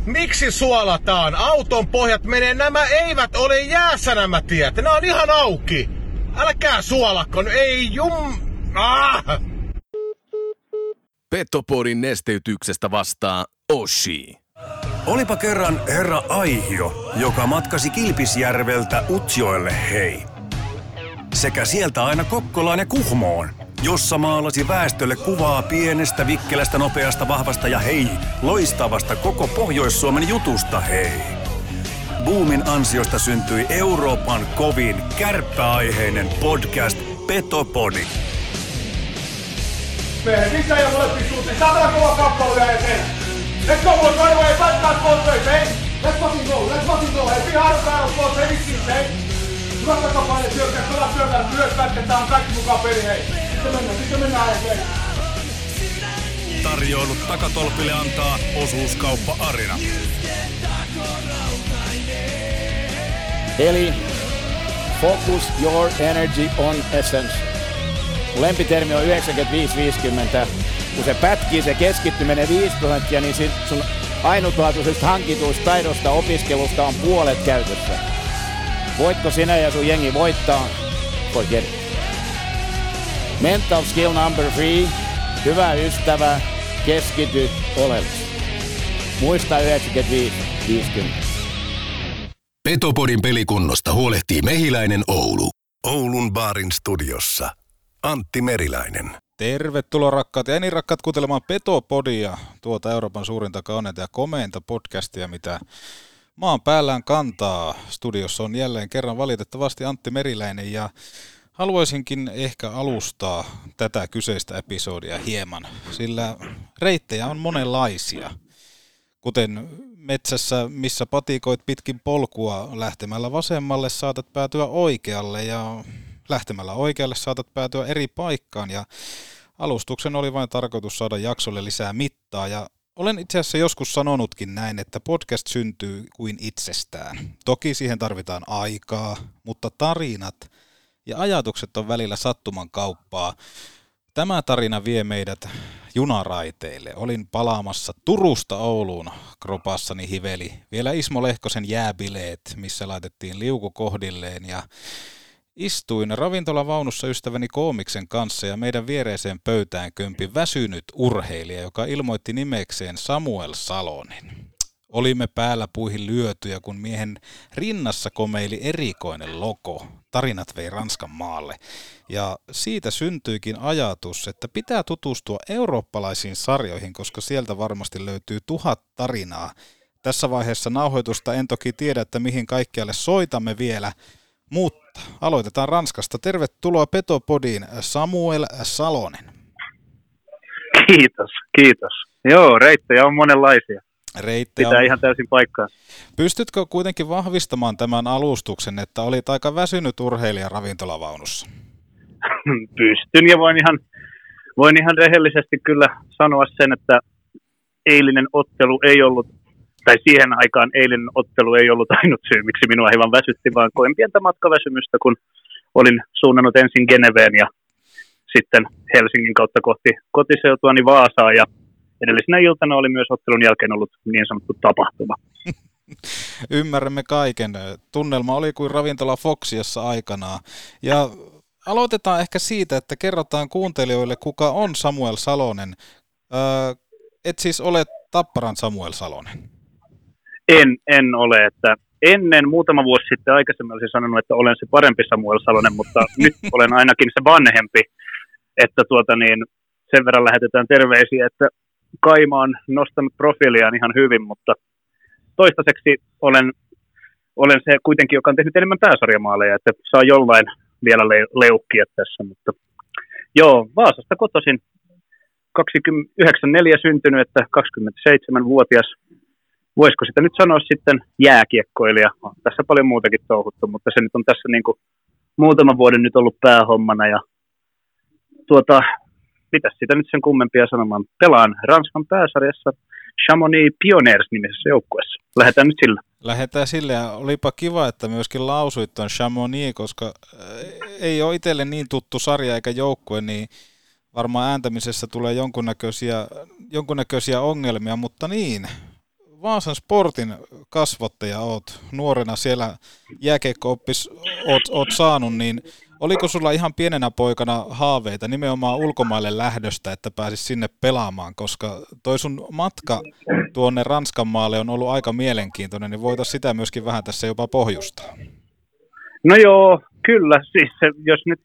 Miksi suolataan? Auton pohjat menee, nämä eivät ole jäässä nämä tiet. Nämä on ihan auki. Älkää suolakko, ei Petopodin nesteytyksestä vastaa Oshi. Olipa kerran herra Aihio, joka matkasi Kilpisjärveltä Utsjoelle hei. Sekä sieltä aina Kokkolaan ja Kuhmoon, jossa maalasi väestölle kuvaa pienestä, vikkelästä, nopeasta, vahvasta ja hei, loistavasta koko Pohjois-Suomen jutusta hei. Boomin ansiosta syntyi Euroopan kovin kärppäaiheinen podcast Petopodi. Missä ei ole molempiin suuntiin? Saadaan kova kappale vielä eteen. Let's go, boys, right away. Let's start both ways, hey? Let's fucking go. Hey, be hard battle, boys, heavy skills, hey? Hyvät takapaine syökkää, kovaa syökkää, myös pätketään, kaikki mukaan peli, hei. Sitten mennään eteen. Tarjoilut takatolpille antaa Osuuskauppa Arina. Eli focus your energy on essence. Mun lempitermi on 95-50. Kun se pätkii, se keskittyminen 5%, niin sun ainutlaatuisesta hankituista taidosta opiskelusta on puolet käytössä. Voitko sinä ja sun jengi voittaa? Forget it. Mental skill number 3. Hyvä ystävä, keskity oleellisesti. Muista 95-50. Petopodin pelikunnosta huolehtii Mehiläinen Oulu. Oulun baarin studiossa Antti Meriläinen. Tervetuloa rakkaat ja niin rakkaat kuuntelemaan Petopodia, tuota Euroopan suurinta, kauneinta ja komeinta podcastia, mitä maan päällään kantaa. Studiossa on jälleen kerran valitettavasti Antti Meriläinen ja haluaisinkin ehkä alustaa tätä kyseistä episodia hieman, sillä reittejä on monenlaisia. Kuten metsässä, missä patikoit pitkin polkua, lähtemällä vasemmalle saatat päätyä oikealle ja lähtemällä oikealle saatat päätyä eri paikkaan ja alustuksen oli vain tarkoitus saada jaksolle lisää mittaa ja olen itse asiassa joskus sanonutkin näin, että podcast syntyy kuin itsestään. Toki siihen tarvitaan aikaa, mutta tarinat ja ajatukset on välillä sattuman kauppaa. Tämä tarina vie meidät junaraiteille. Olin palaamassa Turusta Ouluun, kropassani hiveli. Vielä Ismo Lehkosen jääbileet, missä laitettiin liuku kohdilleen ja istuin ravintolavaunussa ystäväni koomiksen kanssa ja meidän viereiseen pöytään kömpi väsynyt urheilija, joka ilmoitti nimekseen Samuel Salonen. Olimme päällä puihin lyötyjä, kun miehen rinnassa komeili erikoinen logo. Tarinat vei Ranskan maalle. Ja siitä syntyikin ajatus, että pitää tutustua eurooppalaisiin sarjoihin, koska sieltä varmasti löytyy 1000 tarinaa. Tässä vaiheessa nauhoitusta en toki tiedä, että mihin kaikkialle soitamme vielä, mutta aloitetaan Ranskasta. Tervetuloa Petopodiin, Samuel Salonen. Kiitos. Joo, reittejä on monenlaisia. Pitää ihan täysin paikkaa. Pystytkö kuitenkin vahvistamaan tämän alustuksen, että olit aika väsynyt urheilija ravintolavaunussa? Pystyn ja voin ihan rehellisesti kyllä sanoa sen, että eilinen ottelu ei ollut, tai siihen aikaan eilinen ottelu ei ollut ainut syy, miksi minua hieman väsytti, vaan koin pientä matkaväsymystä, kun olin suunnannut ensin Geneveen ja sitten Helsingin kautta kohti kotiseutuani Vaasaa ja edellisenä iltana oli myös ottelun jälkeen ollut niin sanottu tapahtuma. Ymmärrämme kaiken. Tunnelma oli kuin ravintola Foxiassa aikanaan. Ja aloitetaan ehkä siitä, että kerrotaan kuuntelijoille, kuka on Samuel Salonen. Et siis ole Tapparan Samuel Salonen? En ole. Että ennen muutama vuosi sitten aikaisemmin olisin sanonut, että olen se parempi Samuel Salonen, mutta nyt olen ainakin se vanhempi. Että sen verran lähetetään terveisiä, että Kaima on nostanut profiiliaan ihan hyvin, mutta toistaiseksi olen se kuitenkin, joka on tehnyt enemmän pääsarjamaaleja, että saa jollain vielä leukkia tässä, mutta joo, Vaasasta kotoisin 94 syntynyt, että 27-vuotias, voisiko sitä nyt sanoa sitten jääkiekkoilija, on tässä paljon muutakin touhuttu, mutta se nyt on tässä niin kuin muutaman vuoden nyt ollut päähommana ja mitäs sitä nyt sen kummempia sanomaan. Pelaan Ranskan pääsarjassa Chamonix Pioners-nimisessä joukkueessa. Lähdetään nyt sillä. Lähdetään sillä ja olipa kiva, että myöskin lausuit ton Chamonix, koska ei ole itselle niin tuttu sarja eikä joukkue, niin varmaan ääntämisessä tulee jonkunnäköisiä ongelmia, mutta niin. Vaasan Sportin kasvattaja oot nuorena siellä jääkiekko-oppis oot saanut, niin oliko sulla ihan pienenä poikana haaveita nimenomaan ulkomaille lähdöstä, että pääsis sinne pelaamaan, koska toi sun matka tuonne Ranskan maalle on ollut aika mielenkiintoinen, niin voitaisiin sitä myöskin vähän tässä jopa pohjustaa. No joo, kyllä. Siis se, jos nyt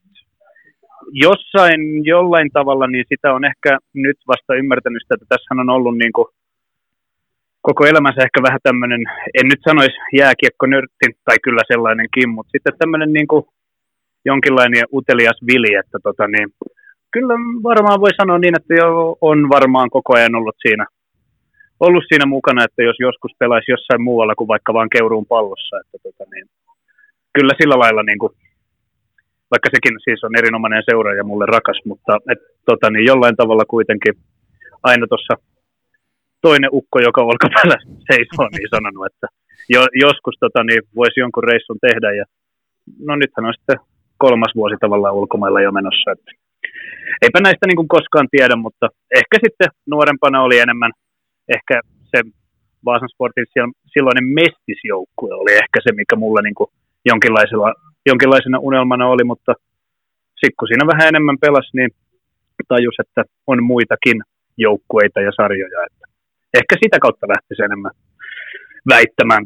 jollain tavalla, niin sitä on ehkä nyt vasta ymmärtänyt sitä, että tässähän on ollut niin kuin koko elämänsä ehkä vähän tämmöinen, en nyt sanoisi jääkiekkonörtti, tai kyllä sellainenkin, mutta sitten tämmöinen niin kuin jonkinlainen utelias vili, että niin, kyllä varmaan voi sanoa niin, että jo on varmaan koko ajan ollut siinä mukana, että jos joskus pelaisi jossain muualla kuin vaikka vaan Keuruun Pallossa, että niin, kyllä sillä lailla, niin kuin, vaikka sekin siis on erinomainen seura ja mulle rakas, mutta niin jollain tavalla kuitenkin aina tuossa toinen ukko, joka olkapäällä seisoo, niin sanonut, että joskus niin voisi jonkun reissun tehdä. Ja no nythän on sitten 3. vuosi tavallaan ulkomailla jo menossa. Että eipä näistä niin kuin koskaan tiedä, mutta ehkä sitten nuorempana oli enemmän ehkä se Vaasan Sportin silloinen mestisjoukkue oli ehkä se, mikä mulla niin kuin jonkinlaisena unelmana oli, mutta sitten kun siinä vähän enemmän pelasi, niin tajus, että on muitakin joukkueita ja sarjoja. Että ehkä sitä kautta lähtisi enemmän väittämään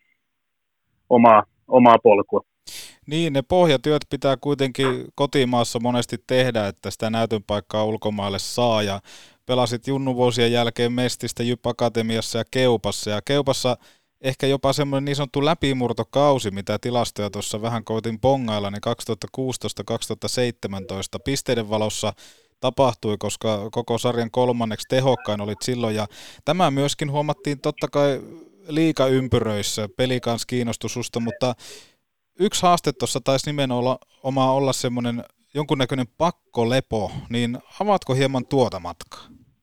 omaa polkua. Niin, ne pohjatyöt pitää kuitenkin kotimaassa monesti tehdä, että sitä näytön paikkaa ulkomaille saa, ja pelasit junnuvuosien jälkeen Mestistä, Jyp Akatemiassa ja Keupassa, ja Keupassa ehkä jopa semmoinen niin sanottu läpimurtokausi, mitä tilastoja tuossa vähän koitin bongailla, niin 2016-2017 pisteiden valossa tapahtui, koska koko sarjan 3. tehokkain olit silloin, ja tämä myöskin huomattiin totta kai liigaympyröissä, peli kanssa kiinnostui susta, mutta yksi haaste tuossa taisi nimenomaan olla semmoinen jonkunnäköinen pakkolepo, niin avaatko hieman tuota matkaa?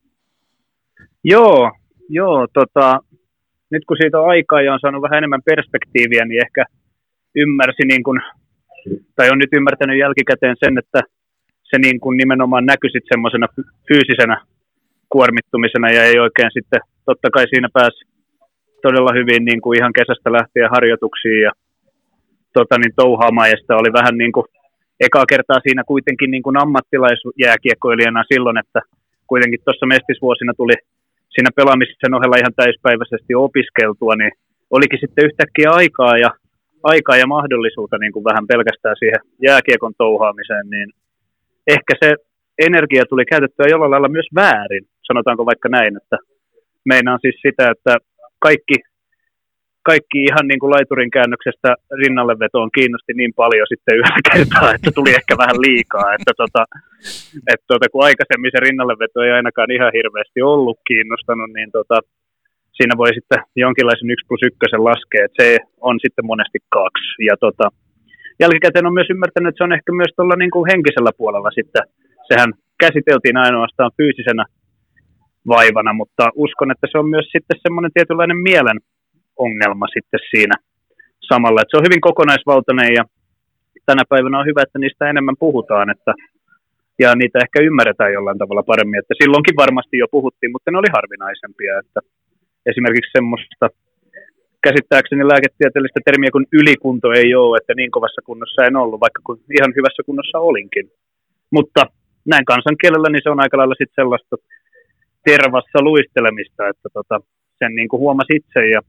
Joo, nyt kun siitä on aikaa ja on saanut vähän enemmän perspektiiviä, niin ehkä ymmärsi, tai on nyt ymmärtänyt jälkikäteen sen, että se niin kuin nimenomaan näkyi sitten semmoisena fyysisenä kuormittumisena ja ei oikein sitten, totta kai siinä pääsi todella hyvin niin kuin ihan kesästä lähtien harjoituksiin ja touhaamaan, ja sitä oli vähän niin kuin ekaa kertaa siinä kuitenkin niin kuin ammattilaisjääkiekkoilijana silloin, että kuitenkin tuossa mestisvuosina tuli siinä pelaamisen ohella ihan täyspäiväisesti opiskeltua, niin olikin sitten yhtäkkiä aikaa ja mahdollisuutta niin kuin vähän pelkästään siihen jääkiekon touhaamiseen, niin ehkä se energia tuli käytettyä jollain lailla myös väärin, sanotaanko vaikka näin, että meinaan siis sitä, että kaikki ihan niin kuin laiturin käännöksestä rinnallevetoon kiinnosti niin paljon sitten yhdellä kertaa, että tuli ehkä vähän liikaa, että kun aikaisemmin se rinnalleveto ei ainakaan ihan hirveästi ollut kiinnostanut, niin siinä voi sitten jonkinlaisen 1+1 laskea, että se on sitten monesti 2, ja jälkikäteen on myös ymmärtänyt, että se on ehkä myös tuolla niin kuin henkisellä puolella sitten, sehän käsiteltiin ainoastaan fyysisenä vaivana, mutta uskon, että se on myös sitten semmoinen tietynlainen mielen ongelma sitten siinä samalla, että se on hyvin kokonaisvaltainen ja tänä päivänä on hyvä, että niistä enemmän puhutaan, ja niitä ehkä ymmärretään jollain tavalla paremmin, että silloinkin varmasti jo puhuttiin, mutta ne oli harvinaisempia, että esimerkiksi semmoista käsittääkseni lääketieteellistä termiä kuin ylikunto ei ole, että niin kovassa kunnossa en ollut, vaikka kun ihan hyvässä kunnossa olinkin, mutta näin kansankielellä niin se on aika lailla sitten sellaista tervassa luistelemista, että sen niin kuin huomasi itse ja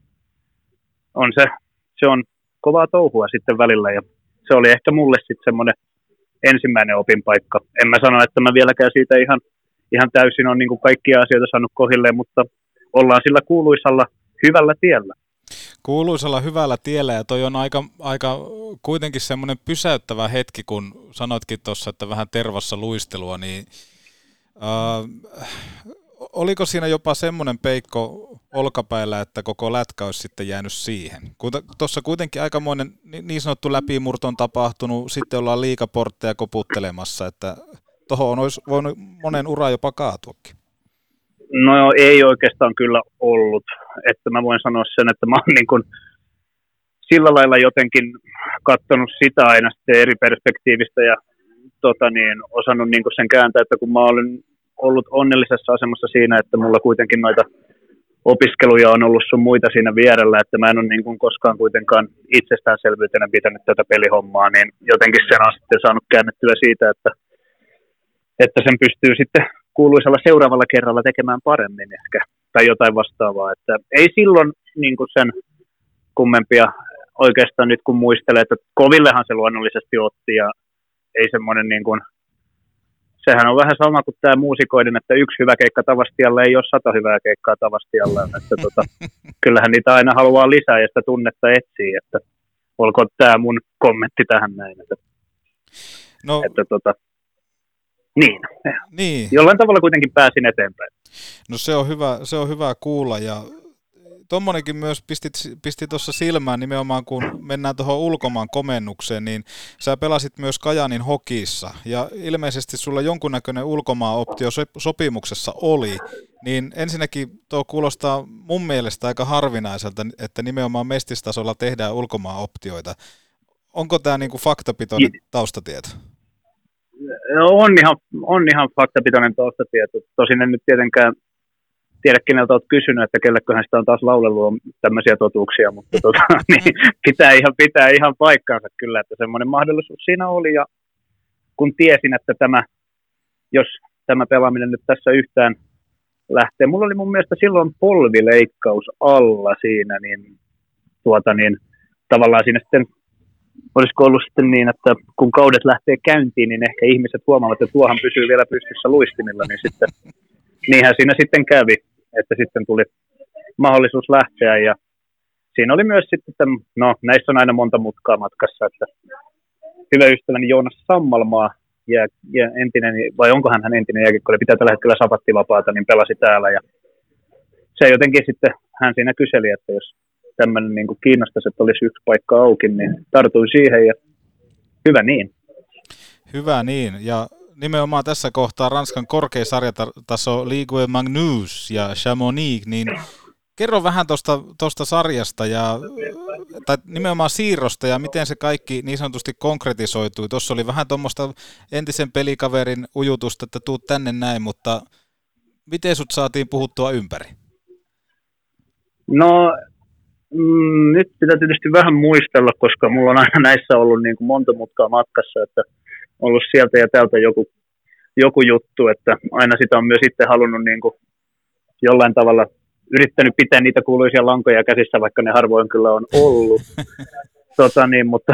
se on kovaa touhua sitten välillä, ja se oli ehkä mulle sitten semmoinen ensimmäinen opinpaikka. En mä sano, että mä vieläkään siitä ihan täysin on niin kuin kaikkia asioita saanut kohilleen, mutta ollaan sillä kuuluisalla hyvällä tiellä. Kuuluisalla hyvällä tiellä, ja toi on aika kuitenkin semmoinen pysäyttävä hetki, kun sanoitkin tuossa, että vähän tervassa luistelua, niin oliko siinä jopa semmoinen peikko olkapäillä, että koko lätkä olisi sitten jäänyt siihen? Tuossa kuitenkin aikamoinen niin sanottu läpimurto on tapahtunut, sitten ollaan liigaportteja koputtelemassa, että tuohon olisi voinut monen ura jopa kaatuakin. No ei oikeastaan kyllä ollut, että mä voin sanoa sen, että mä oon niin kuin sillä lailla jotenkin katsonut sitä aina sitten eri perspektiivistä ja osannut niin kuin sen kääntää, että kun mä olen ollut onnellisessa asemassa siinä, että mulla kuitenkin noita opiskeluja on ollut sun muita siinä vierellä, että mä en ole niin kuin koskaan kuitenkaan itsestäänselvyytenä pitänyt tätä pelihommaa, niin jotenkin sen on sitten saanut käännettyä siitä, että sen pystyy sitten kuuluisella seuraavalla kerralla tekemään paremmin ehkä, tai jotain vastaavaa. Että ei silloin niin kuin sen kummempia oikeastaan nyt kun muistelee, että kovillehan se luonnollisesti otti, ja ei semmoinen niin kuin, sehän on vähän sama kuin tämä muusikoiden, että yksi hyvä keikka Tavastialla ei ole 100 hyvää keikkaa Tavastialla, että kyllähän niitä aina haluaa lisää ja sitä tunnetta etsii, että olkoon tämä mun kommentti tähän näin, että niin. Jollain tavalla kuitenkin pääsin eteenpäin. No se on hyvä kuulla, ja tommonenkin myös pisti tuossa silmään nimenomaan, kun mennään tuohon ulkomaan komennukseen, niin sä pelasit myös Kajaanin Hokissa, ja ilmeisesti sulla jonkunnäköinen ulkomaan-optio sopimuksessa oli, niin ensinnäkin tuo kuulostaa mun mielestä aika harvinaiselta, että nimenomaan mestistasolla tehdään ulkomaan-optioita. Onko tämä niinku faktapitoinen taustatieto? On ihan faktapitoinen taustatieto. Tosin en nyt tietenkään tiedä, keneltä olet kysynyt, että kelleköhän sitä on taas laulellut tämmöisiä totuuksia, mutta niin, pitää ihan paikkaansa kyllä, että semmoinen mahdollisuus siinä oli, ja kun tiesin, että jos tämä pelaaminen nyt tässä yhtään lähtee, mulla oli mun mielestä silloin polvileikkaus alla siinä, niin tavallaan siinä sitten olisiko ollut sitten niin, että kun kaudet lähtee käyntiin, niin ehkä ihmiset huomaavat, että tuohan pysyy vielä pystyssä luistimilla, niin sitten niinhän siinä sitten kävi, että sitten tuli mahdollisuus lähteä, ja siinä oli myös sitten, näissä on aina monta mutkaa matkassa, että hyvä ystäväni Joonas Sammalmaa, ja entinen, vai onko hän entinen jääkiekkoilija, pitää tällä hetkellä sapattivapaata, niin pelasi täällä, ja se jotenkin sitten, hän siinä kyseli, että jos tämmöinen niin kuin kiinnostaisi, että olisi yksi paikka auki, niin tartuin siihen, ja hyvä niin. Hyvä niin, ja nimenomaan tässä kohtaa Ranskan korkea sarjataso Ligue Magnus ja Chamonix, niin kerro vähän tuosta sarjasta tai nimenomaan siirrosta ja miten se kaikki niin sanotusti konkretisoitui. Tuossa oli vähän tuommoista entisen pelikaverin ujutusta, että tuut tänne näin, mutta miten sut saatiin puhuttua ympäri? No nyt pitää tietysti vähän muistella, koska mulla on aina näissä ollut niin kuin monta mutkaa matkassa, että ollut sieltä ja täältä joku juttu, että aina sitä on myös itse halunnut niin kuin jollain tavalla yrittänyt pitää niitä kuuluisia lankoja käsissä, vaikka ne harvoin kyllä on ollut. Mutta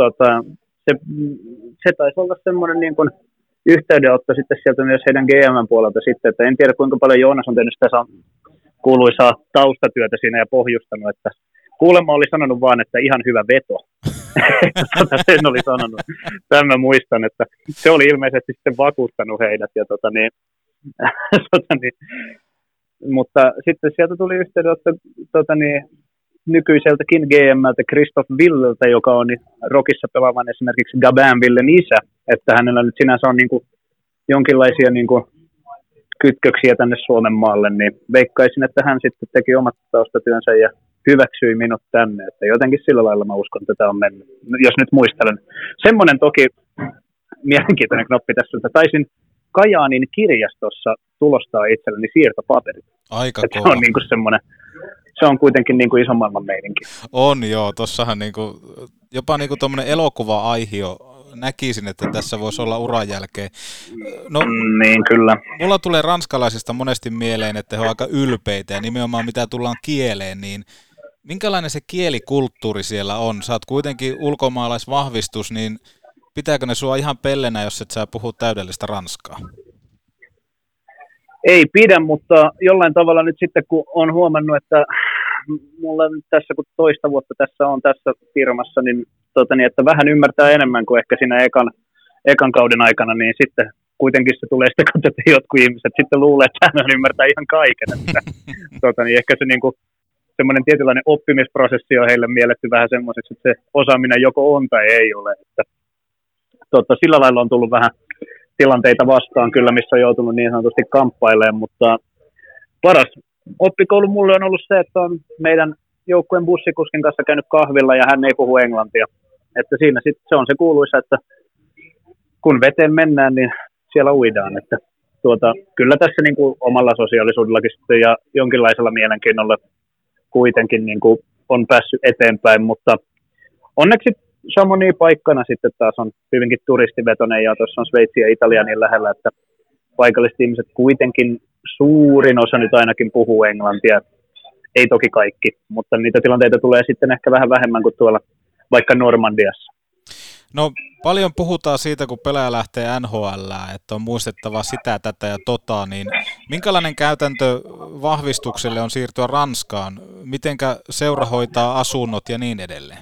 se taisi olla semmoinen niin kuin yhteydenotto sitten sieltä myös heidän GM:n puolelta sitten, että en tiedä kuinka paljon Joonas on tehnyt sitä kuuluisaa taustatyötä siinä ja pohjustanut, että kuulemma oli sanonut vaan, että ihan hyvä veto. Sen oli sanonut. Tämän mä muistan, että se oli ilmeisesti sitten vakuuttanut heidät. Ja mutta sitten sieltä tuli yhteydenotto nykyiseltäkin GM:ltä Christophe Villeltä, joka on Rockissa pelaavan esimerkiksi Gabin Villen isä, että hänellä nyt sinänsä on niin kuin jonkinlaisia niin kuin kytköksiä tänne Suomen maalle, niin veikkaisin, että hän sitten teki omat taustatyönsä ja hyväksyi minut tänne, että jotenkin sillä lailla mä uskon, että tämä on mennyt, jos nyt muistelen. Semmoinen toki mielenkiintoinen knoppi tässä, että taisin Kajaanin kirjastossa tulostaa itselleni siirtopaperit. Aika kova. Se on niinku semmoinen, se on kuitenkin niinku ison maailman meininki. On joo, tossahan niinku, jopa niinku tommoinen elokuva-aihio näkisin, että tässä voisi olla uran jälkeen. No, niin kyllä. Mulla tulee ranskalaisista monesti mieleen, että he ovat aika ylpeitä ja nimenomaan mitä tullaan kieleen, niin minkälainen se kielikulttuuri siellä on? Sä oot kuitenkin ulkomaalaisvahvistus, niin pitääkö ne sua ihan pellenä, jos et sä puhu täydellistä ranskaa? Ei pidä, mutta jollain tavalla nyt sitten kun on huomannut, että mulla nyt tässä kun toista vuotta tässä on tässä firmassa, niin että vähän ymmärtää enemmän kuin ehkä siinä ekan kauden aikana, niin sitten kuitenkin se tulee sitä kautta, että jotkut ihmiset sitten luulee, että hän ymmärtää ihan kaiken. Että, niin ehkä se niinku, semmoinen tietynlainen oppimisprosessi on heille mielletty vähän semmoiseksi, että se osaaminen joko on tai ei ole. Että, sillä lailla on tullut vähän tilanteita vastaan kyllä, missä on joutunut niin sanotusti kamppailemaan, mutta paras oppikoulu mulle on ollut se, että on meidän joukkueen bussikuskin kanssa käynyt kahvilla ja hän ei puhu englantia. Että siinä sitten se on se kuuluisa, että kun veteen mennään, niin siellä uidaan. Että kyllä tässä niin kuin omalla sosiaalisuudellakin sitten ja jonkinlaisella mielenkiinnolla kuitenkin niin kuin on päässyt eteenpäin, mutta onneksi Chamonix paikkana sitten taas on hyvinkin turistivetoinen ja tuossa on Sveitsi ja Italia niin lähellä, että paikalliset ihmiset kuitenkin suurin osa nyt ainakin puhuu englantia. Ei toki kaikki, mutta niitä tilanteita tulee sitten ehkä vähän vähemmän kuin tuolla vaikka Normandiassa. No paljon puhutaan siitä, kun pelaaja lähtee NHL, että on muistettava sitä, tätä ja niin minkälainen käytäntö vahvistukselle on siirtyä Ranskaan? Mitenkä seura hoitaa asunnot ja niin edelleen?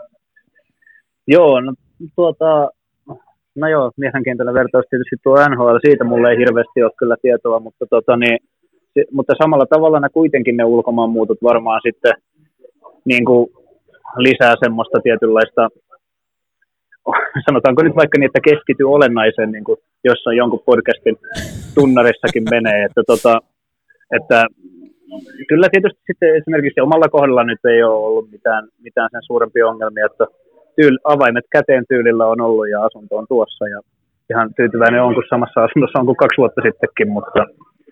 Joo, mielenkiintoinen vertaus tietysti tuo NHL, siitä mulle ei hirveästi ole kyllä tietoa, mutta samalla tavalla kuitenkin ne ulkomaanmuutot varmaan sitten niin kuin lisää semmoista tietynlaista, sanotaanko nyt vaikka niin, että keskityy olennaiseen, niin kuin jossain jonkun podcastin tunnarissakin menee, että kyllä tietysti sitten esimerkiksi omalla kohdalla nyt ei ole ollut mitään sen suurempia ongelmia, että avaimet käteen tyylillä on ollut ja asunto on tuossa ja ihan tyytyväinen on, kun samassa asunnossa on kuin 2 vuotta sittenkin, mutta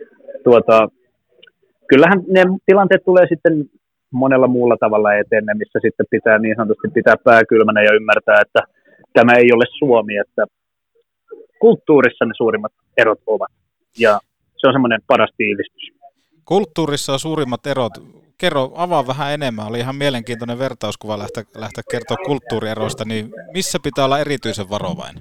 kyllähän ne tilanteet tulee sitten monella muulla tavalla eteen, missä sitten pitää niin sanotusti pitää pää kylmänä ja ymmärtää, että tämä ei ole Suomi, että kulttuurissa ne suurimmat erot ovat ja se on semmoinen paras tiivistys. Kulttuurissa on suurimmat erot. Avaa vähän enemmän. Oli ihan mielenkiintoinen vertauskuva lähteä kertoa kulttuurieroista, niin missä pitää olla erityisen varovainen?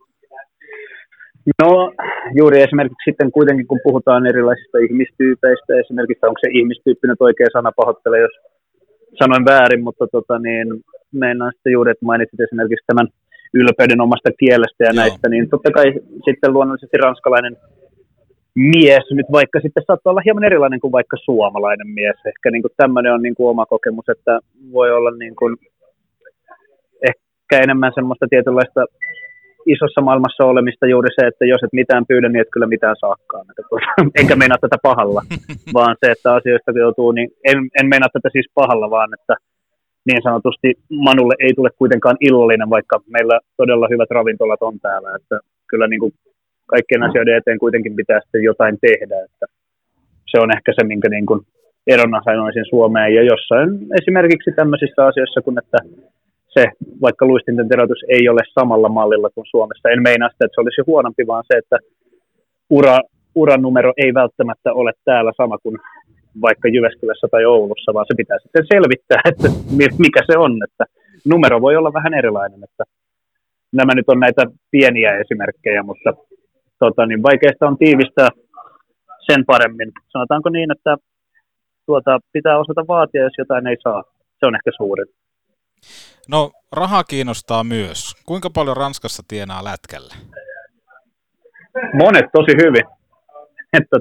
No juuri esimerkiksi sitten kuitenkin, kun puhutaan erilaisista ihmistyypeistä, esimerkiksi onko se ihmistyyppi nyt oikea sana, pahoittele, jos sanoin väärin, mutta meinaan sitten juuri, että mainitsit esimerkiksi tämän ylpeyden omasta kielestä ja näistä, niin totta kai sitten luonnollisesti ranskalainen mies nyt vaikka sitten saattaa olla hieman erilainen kuin vaikka suomalainen mies. Ehkä niin kuin tämmöinen on niin kuin oma kokemus, että voi olla niin kuin ehkä enemmän semmoista tietynlaista isossa maailmassa olemista juuri se, että jos et mitään pyydä, niin et kyllä mitään saakkaan. Enkä meinaa tätä pahalla, vaan se, että asioista joutuu, niin en meinaa tätä siis pahalla, vaan että niin sanotusti Manulle ei tule kuitenkaan illallinen, vaikka meillä todella hyvät ravintolat on täällä, että kyllä niin kuin kaikkien asioiden eteen kuitenkin pitää sitten jotain tehdä, että se on ehkä se, minkä niin kuin erona sanoisin Suomeen, ja jossain esimerkiksi tämmöisissä asioissa, kun että se vaikka luistinten teroitus ei ole samalla mallilla kuin Suomessa. En meinaa sitä, että se olisi huonompi, vaan se, että uranumero ei välttämättä ole täällä sama kuin vaikka Jyväskylässä tai Oulussa, vaan se pitää sitten selvittää, että mikä se on, että numero voi olla vähän erilainen, että nämä nyt on näitä pieniä esimerkkejä, mutta niin vaikeasta on tiivistää sen paremmin. Sanotaanko niin, että pitää osata vaatia, jos jotain ei saa. Se on ehkä suurin. No, raha kiinnostaa myös. Kuinka paljon Ranskassa tienaa lätkällä? Monet tosi hyvin. Että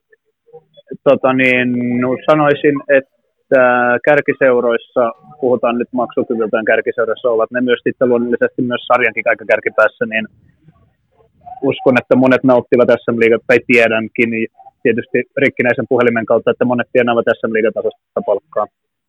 sanoisin, että kärkiseuroissa, puhutaan nyt maksukyvyltään kärkiseuroissa, ovat ne myös sitten luonnollisesti myös sarjankin aika kärkipäässä, niin uskon, että monet nauttivat SM-liigat, tai tiedänkin tietysti rikkinäisen puhelimen kautta, että monet tienaavat SM-liigatasosta palkkaa.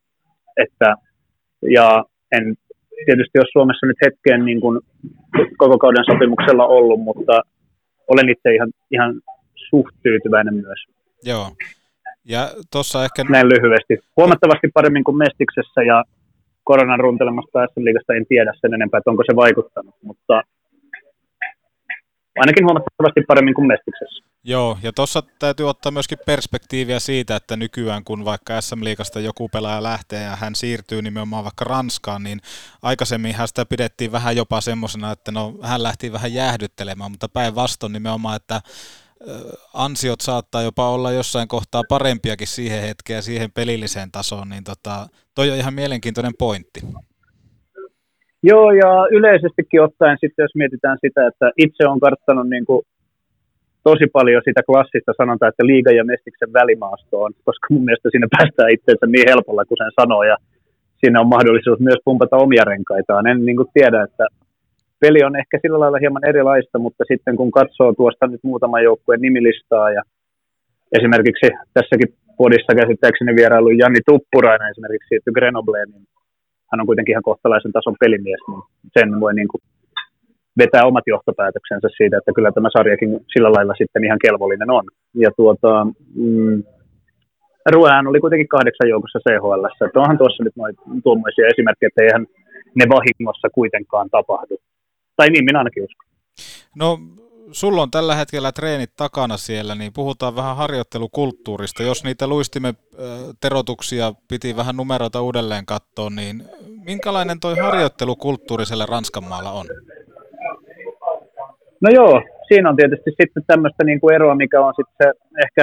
Ja en tietysti ole Suomessa nyt hetkeen niin kuin koko kauden sopimuksella ollut, mutta olen itse ihan suht tyytyväinen myös. Joo. Ja tuossa ehkä näin lyhyesti. Huomattavasti paremmin kuin Mestiksessä ja koronan runtelemasta SM-liigasta en tiedä sen enempää, että onko se vaikuttanut, mutta ainakin huomattavasti paremmin kuin Mestiksessä. Joo, ja tuossa täytyy ottaa myöskin perspektiiviä siitä, että nykyään kun vaikka SM-liigasta joku pelaaja lähtee ja hän siirtyy nimenomaan vaikka Ranskaan, niin aikaisemminhan sitä pidettiin vähän jopa semmoisena, että no hän lähti vähän jäähdyttelemään, mutta päinvastoin nimenomaan, että ansiot saattaa jopa olla jossain kohtaa parempiakin siihen hetkeen ja siihen pelilliseen tasoon, niin toi on ihan mielenkiintoinen pointti. Joo, ja yleisestikin ottaen sitten, jos mietitään sitä, että itse on karttanut niin kuin tosi paljon sitä klassista sanotaan, että liigan ja Mestiksen välimaastoon, koska mun mielestä siinä päästään itseensä niin helpolla kuin sen sanoo, ja siinä on mahdollisuus myös pumpata omia renkaitaan. En niin kuin tiedä, että peli on ehkä sillä lailla hieman erilaista, mutta sitten kun katsoo tuosta nyt muutaman joukkueen nimilistaa, ja esimerkiksi tässäkin podissa käsittääkseni vierailu Janni Tuppurainen esimerkiksi siirtyi Grenobleen, niin hän on kuitenkin ihan kohtalaisen tason pelimies, niin sen voi niin kuin vetää omat johtopäätöksensä siitä, että kyllä tämä sarjakin sillä lailla sitten ihan kelvollinen on. Ja Ruään oli kuitenkin 8 joukossa CHL:ssä, että onhan tuossa nyt tuommoisia esimerkkejä, että eihän ne vahingossa kuitenkaan tapahdu. Tai niin, minä ainakin uskon. No, sulla on tällä hetkellä treenit takana siellä, niin puhutaan vähän harjoittelukulttuurista. Jos niitä luistimen terotuksia piti vähän numeroita uudelleen katsoa, niin minkälainen toi harjoittelukulttuuri siellä Ranskanmaalla on? No joo, siinä on tietysti sitten tämmöistä niin kuin eroa, mikä on sitten se ehkä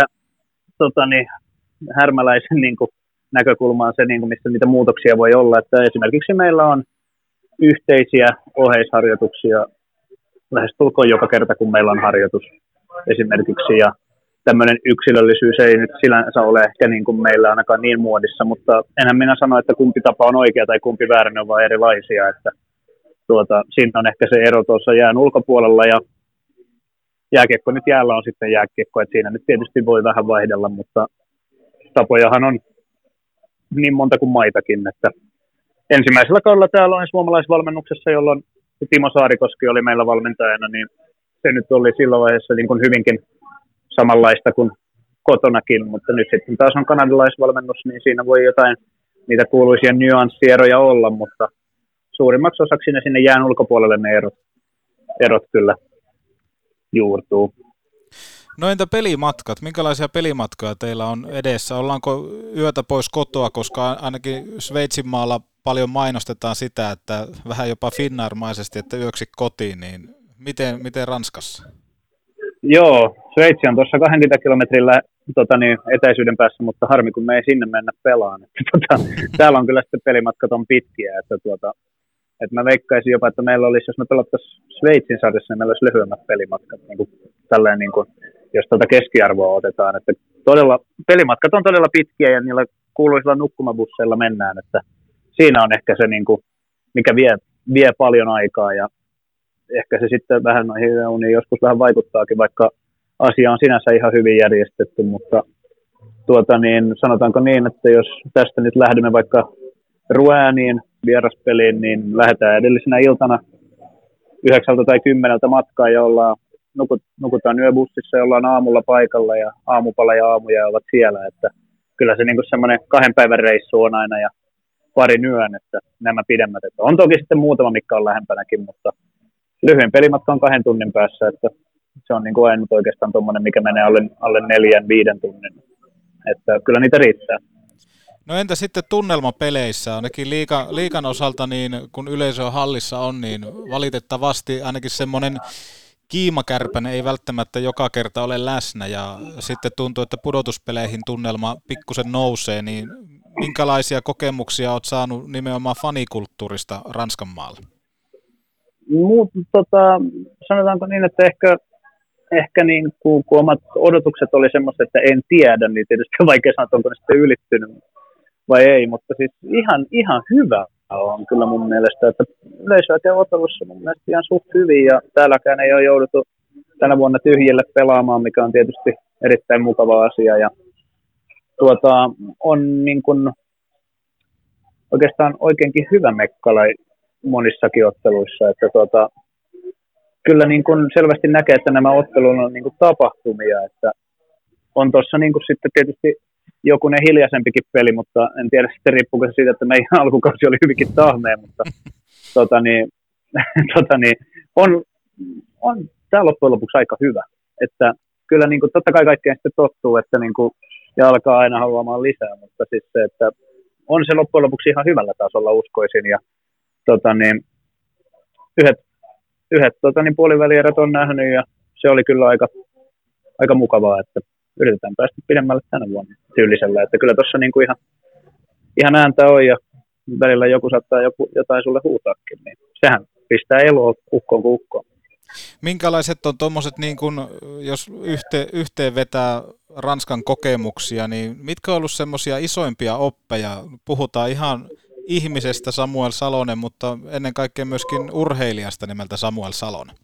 härmäläisen niin kuin näkökulmaan se, niin kuin missä niitä muutoksia voi olla. Että esimerkiksi meillä on yhteisiä oheisharjoituksia lähestulkoon joka kerta, kun meillä on harjoitus esimerkiksi. Ja tämmöinen yksilöllisyys ei nyt sinänsä ole ehkä niin kuin meillä ainakaan niin muodissa, mutta enhän minä sano, että kumpi tapa on oikea tai kumpi väärin, ne on vaan erilaisia. Että siinä on ehkä se ero tuossa jään ulkopuolella ja jääkiekko nyt jäällä on sitten jääkiekko, että siinä nyt tietysti voi vähän vaihdella, mutta tapojahan on niin monta kuin maitakin, että ensimmäisellä kaudella täällä on suomalaisvalmennuksessa, jolloin Timo Saarikoski oli meillä valmentajana, niin se nyt oli silloin vaiheessa niin kuin hyvinkin samanlaista kuin kotonakin, mutta nyt sitten taas on kanadalaisvalmennus, niin siinä voi jotain niitä kuuluisia nyanssieroja olla, mutta suurimmaksi osaksi ne sinne jään ulkopuolelle ne erot kyllä juurtuu. No entä pelimatkat? Minkälaisia pelimatkoja teillä on edessä? Ollaanko yötä pois kotoa, koska ainakin Sveitsin maalla paljon mainostetaan sitä, että vähän jopa Finnair-maisesti, että yöksi kotiin, niin miten Ranskassa? Joo, Sveitsi on tuossa 20 kilometrillä etäisyyden päässä, mutta harmi kun me ei sinne mennä pelaan. Täällä on kyllä sitten pelimatkat on pitkiä, että mä veikkaisin jopa, että meillä olisi, jos me pelattaisiin Sveitsin sarjassa, niin meillä olisi lyhyemmät pelimatkat, niin kuin, jos keskiarvoa otetaan. Että pelimatkat on todella pitkiä ja niillä kuuluisilla nukkumabusseilla mennään, että siinä on ehkä se, niin kuin, mikä vie paljon aikaa ja ehkä se sitten vähän noihin joskus vähän vaikuttaakin, vaikka asia on sinänsä ihan hyvin järjestetty, mutta sanotaanko niin, että jos tästä nyt lähdemme vaikka Roueniin vieraspeliin, niin lähdetään edellisenä iltana 9 tai 10 matkaa ja nukutaan yöbussissa ja ollaan aamulla paikalla ja aamupala ja aamuja ovat siellä, että kyllä se niin kuin semmoinen 2 päivän reissu on aina ja pari yön, että nämä pidemmät, että on toki sitten muutama, mikä on lähempänäkin, mutta lyhyen pelimatka on 2 tunnin päässä, että se on niin kuin ainut oikeastaan tuommoinen, mikä menee alle 4-5 tunnin, että kyllä niitä riittää. No entä sitten tunnelmapeleissä, ainakin liigan osalta, niin kun yleisö hallissa on, niin valitettavasti ainakin semmoinen kiimakärpäne ei välttämättä joka kerta ole läsnä ja sitten tuntuu, että pudotuspeleihin tunnelma pikkusen nousee, niin minkälaisia kokemuksia olet saanut nimenomaan fanikulttuurista Ranskan maalla? Sanotaanko niin, että ehkä niin kun omat odotukset oli semmoista, että en tiedä, niin tietysti on vaikea sanoa, onko ne sitten ylittynyt vai ei, mutta siis ihan hyvä on kyllä mun mielestä, että yleisöä käy ottelussa mun mielestä ihan suht hyvin ja täälläkään ei ole jouduttu tänä vuonna tyhjille pelaamaan, mikä on tietysti erittäin mukava asia ja on niin kuin oikeastaan oikeinkin hyvä mekkala monissakin otteluissa, että kyllä niin kuin selvästi näkee, että nämä ottelut on niin kuin tapahtumia, että on tuossa niin kuin sitten tietysti jokunen hiljaisempikin peli, mutta en tiedä sitten riippuuko se siitä, että meidän alkukausi oli hyvinkin tahmea, mutta on tämä loppujen lopuksi aika hyvä, että kyllä niin kuin, totta kai kaikkeen sitten tottuu, että niin kuin, ja alkaa aina haluamaan lisää, mutta siis se, että on se loppujen lopuksi ihan hyvällä tasolla uskoisin ja yhdet puolivälierät on nähnyt ja se oli kyllä aika mukavaa, että yritetään päästä pidemmälle tänä vuonna tyylisellä, että kyllä tuossa niinku ihan ääntä on ja välillä joku saattaa jotain sulle huutaakin, niin sehän pistää eloa ukkoon kuin ukkoon. Minkälaiset on tuommoiset, niin kun, jos yhteen vetää Ranskan kokemuksia, niin mitkä on ollut semmoisia isoimpia oppeja? Puhutaan ihan ihmisestä Samuel Salonen, mutta ennen kaikkea myöskin urheilijasta nimeltä Samuel Salonen.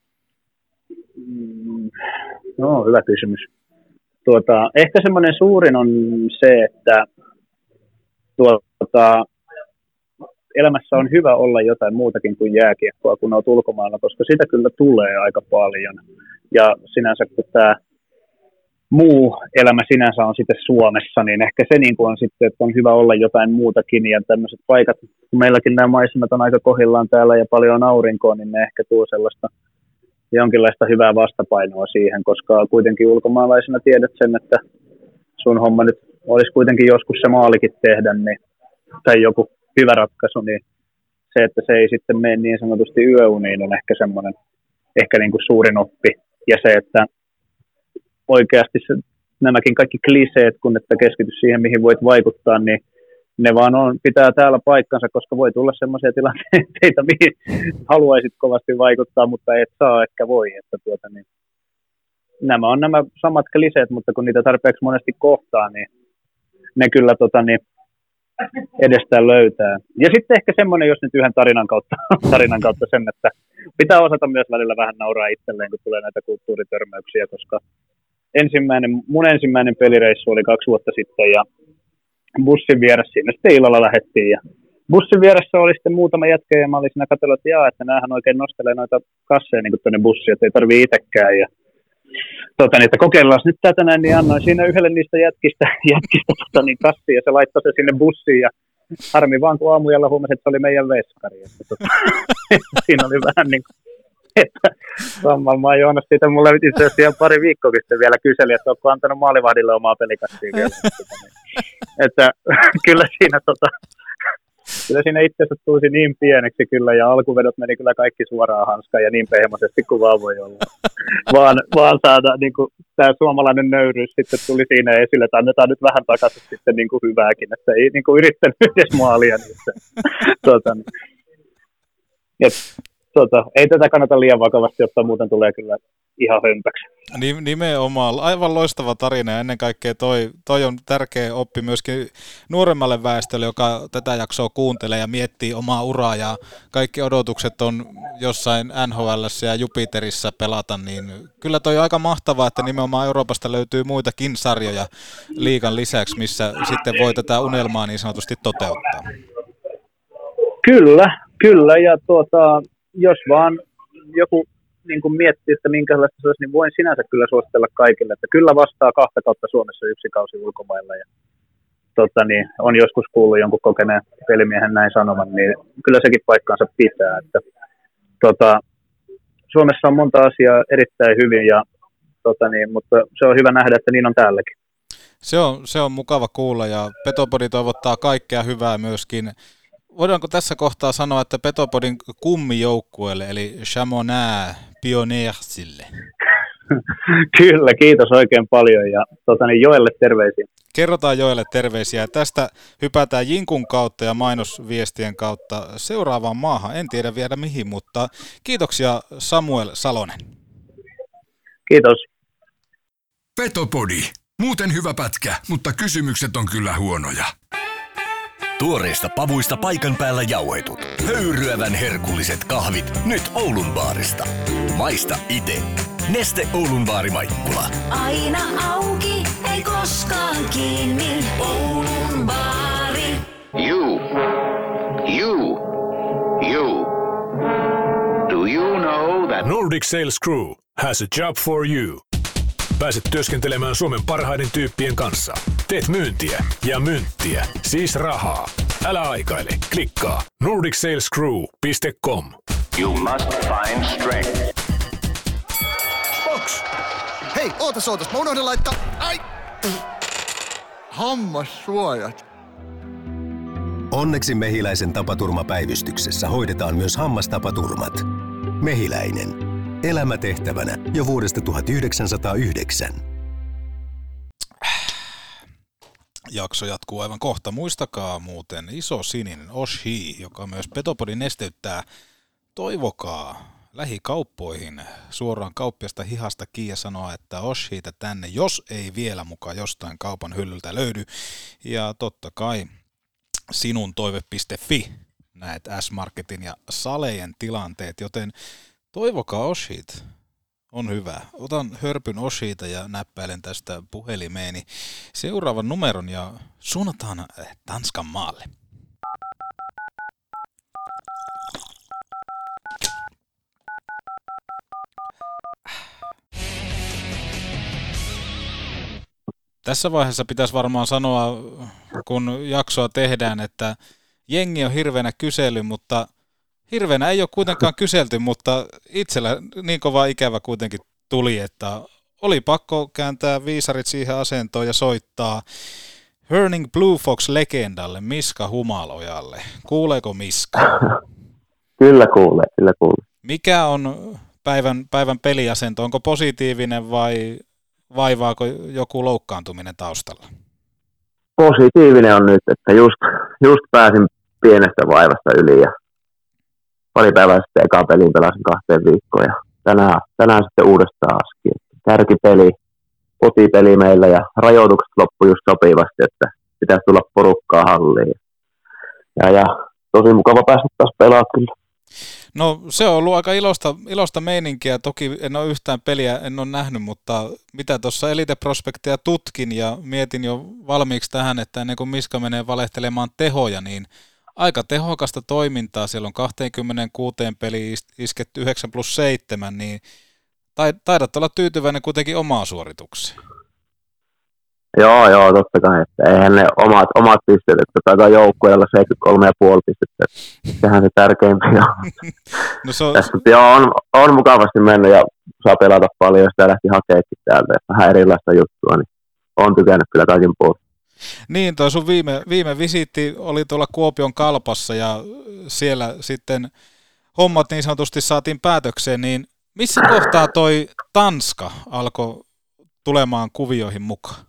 No, hyvä kysymys. Ehkä semmoinen suurin on se, että elämässä on hyvä olla jotain muutakin kuin jääkiekkoa, kun olet ulkomailla, koska sitä kyllä tulee aika paljon. Ja sinänsä kun tämä muu elämä sinänsä on sitten Suomessa, niin ehkä se niin kuin on sitten, että on hyvä olla jotain muutakin. Ja tämmöiset paikat, kun meilläkin nämä maisemat on aika kohillaan täällä ja paljon on aurinkoa, niin ne ehkä tuo sellaista jonkinlaista hyvää vastapainoa siihen, koska kuitenkin ulkomaalaisena tiedät sen, että sun homma nyt olisi kuitenkin joskus se maalikin tehdä, niin, tai joku hyvä ratkaisu, niin se, että se ei sitten mene niin sanotusti yöuniin, on ehkä semmoinen ehkä niin kuin suurin oppi. Ja se, että oikeasti nämäkin kaikki kliseet, kun että keskity siihen, mihin voit vaikuttaa, niin ne vaan pitää täällä paikkansa, koska voi tulla semmoisia tilanteita, mihin haluaisit kovasti vaikuttaa, mutta et saa, ehkä voi. Että niin, nämä on nämä samat kliseet, mutta kun niitä tarpeeksi monesti kohtaa, niin ne kyllä edestään löytää. Ja sitten ehkä semmoinen, jos nyt yhden tarinan kautta sen, että pitää osata myös välillä vähän nauraa itselleen, kun tulee näitä kulttuuritörmäyksiä, koska mun ensimmäinen pelireissu oli 2 vuotta sitten, ja bussin vieressä siinä sitten illalla lähdettiin, ja bussin vieressä oli sitten muutama jätkä, ja mä olin siinä katsellut, että näähän oikein nostelee noita kasseja niin tuonne bussiin, että ei tarvii itsekään, ja että kokeillaan nyt tätä näin, niin annoin siinä yhdelle niistä jätkistä kassia, ja se laittoi se sinne bussiin, ja harmi vaan, kun aamujalla huomasi, että se oli meidän veskari. Siinä oli vähän niin kuin, että Sammalmaa Joonas siitä mulle itse asiassa ihan pari viikkoa sitten vielä kyseli, että onko antanut maalivahdille omaa pelikassia vielä. Että kyllä siinä itse asiassa tulisi niin pieneksi kyllä, ja alkuvedot meni kyllä kaikki suoraan hanskaan ja niin pehmoisesti kuin vaan voi olla. Vaan saada niin kuin, tämä suomalainen nöyryys sitten tuli siinä esille, että annetaan nyt vähän takaisin sitten niin kuin hyvääkin, että ei niin kuin yrittänyt edes maalia niissä. Ei tätä kannata liian vakavasti ottaa, muuten tulee kyllä ihan hömpäksi. Nimenomaan. Aivan loistava tarina, ja ennen kaikkea toi on tärkeä oppi myöskin nuoremmalle väestölle, joka tätä jaksoa kuuntelee ja miettii omaa uraa, ja kaikki odotukset on jossain NHL:ssä ja Jupiterissa pelata, niin kyllä toi on aika mahtavaa, että nimenomaan Euroopasta löytyy muitakin sarjoja liigan lisäksi, missä sitten voi tätä unelmaa niin sanotusti toteuttaa. Kyllä, ja jos vaan joku niin kuin miettii, että minkälaista se olisi, niin voin sinänsä kyllä suositella kaikille, että kyllä vastaa 2 kautta Suomessa 1 kausi ulkomailla, ja on joskus kuullut jonkun kokeneen pelimiehen näin sanovan, niin kyllä sekin paikkaansa pitää, että Suomessa on monta asiaa erittäin hyvin, ja mutta se on hyvä nähdä, että niin on täälläkin. Se on mukava kuulla, ja Petopodi toivottaa kaikkea hyvää myöskin. Voidaanko tässä kohtaa sanoa, että Petopodin kummijoukkueelle, eli Chamonix Pioneersille? Kyllä, kiitos oikein paljon, ja Joelle terveisiä. Kerrotaan Joelle terveisiä. Tästä hypätään Jinkun kautta ja mainosviestien kautta seuraavaan maahan. En tiedä vielä mihin, mutta kiitoksia Samuel Salonen. Kiitos. Petopodi. Muuten hyvä pätkä, mutta kysymykset on kyllä huonoja. Tuoreista pavuista paikan päällä jauhetut. Höyryävän herkulliset kahvit nyt Oulun baarista. Maista ite. Neste Oulun baari Maikkula. Aina auki, ei koskaan kiinni. Oulun baari. You. Do you know that Nordic Sales Crew has a job for you. Pääset työskentelemään Suomen parhaiden tyyppien kanssa. Teet myyntiä ja mynttiä, siis rahaa. Älä aikaile, klikkaa nordicsalescrew.com. you must find strength? Box! Hei, ootas, mä unohdin laittaa... Ai! Hammassuojat. Onneksi Mehiläisen tapaturmapäivystyksessä hoidetaan myös hammastapaturmat. Mehiläinen. Elämätehtävänä jo vuodesta 1909. Jakso jatkuu aivan kohta. Muistakaa muuten iso sininen Oshii, joka myös Petopodin nesteyttää. Toivokaa lähikauppoihin suoraan kauppiasta hihasta kiinni ja sanoa, että Oshiita tänne, jos ei vielä mukaan jostain kaupan hyllyltä löydy. Ja totta kai sinuntoive.fi näet S-Marketin ja Salejen tilanteet, joten toivokaa Oshiit. On hyvä. Otan hörpyn Oshiita ja näppäilen tästä puhelimeeni seuraavan numeron ja suunnataan Tanskan maalle. Tässä vaiheessa pitäisi varmaan sanoa, kun jaksoa tehdään, että jengi on hirveänä kysely, mutta hirveänä ei ole kuitenkaan kyselty, mutta itsellä niin kova ikävä kuitenkin tuli, että oli pakko kääntää viisarit siihen asentoon ja soittaa Hurning Blue Fox-legendalle Miska Humalojalle. Kuuleeko Miska? Kyllä kuulee. Mikä on päivän peliasento? Onko positiivinen vai vaivaako joku loukkaantuminen taustalla? Positiivinen on nyt, että just pääsin pienestä vaivasta yli ja pari päivää sitten ekaa peliin pelasin 2 viikkoon ja tänään sitten uudestaan aski. Kärkipeli, kotipeli meillä ja rajoitukset loppui just sopivasti, että pitäisi tulla porukkaa halliin. Ja tosi mukava päästä taas pelaa kyllä. No se on ollut aika ilosta meininkiä. Toki en ole yhtään peliä, en ole nähnyt, mutta mitä tuossa Elite Prospectia tutkin ja mietin jo valmiiksi tähän, että ennen kuin Miska menee valehtelemaan tehoja, niin aika tehokasta toimintaa. Siellä on 26 peliin isketty 9+7, niin taidat olla tyytyväinen kuitenkin omaan suoritukseen. Joo, totta kai. Että eihän ne omat pisteet, että taitaa joukkueella 73,5 pistettä. Sehän se tärkeimpi on. No Tässä on mukavasti mennyt ja saa pelata paljon, jos sitä lähti hakeekin täältä. Vähän erilaista juttua, niin on tykännyt kyllä kaikin puolin. Niin, toi sun viime visiitti oli tuolla Kuopion Kalpassa ja siellä sitten hommat niin sanotusti saatiin päätökseen, niin missä kohtaa toi Tanska alkoi tulemaan kuvioihin mukaan?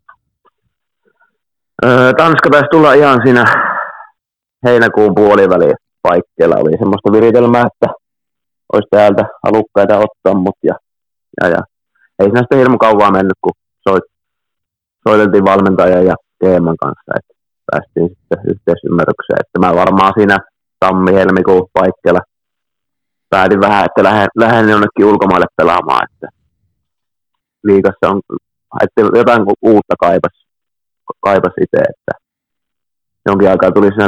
Tanska taisi tulla ihan siinä heinäkuun puoliväliin paikkeilla. Oli semmoista viritelmää, että olisi täältä halukkaita ottaa mut ja ei siinä sitten hirmu kauan mennyt, kun soiteltiin valmentajan ja GM:n kanssa, että päästiin sitten yhteisymmärrykseen. Että mä varmaan siinä tammi-helmikuun paikkeilla päätin vähän, että lähden jonnekin ulkomaille pelaamaan, että liigassa on, että jotain uutta kaipas itse, että jonkin aikaa tuli siinä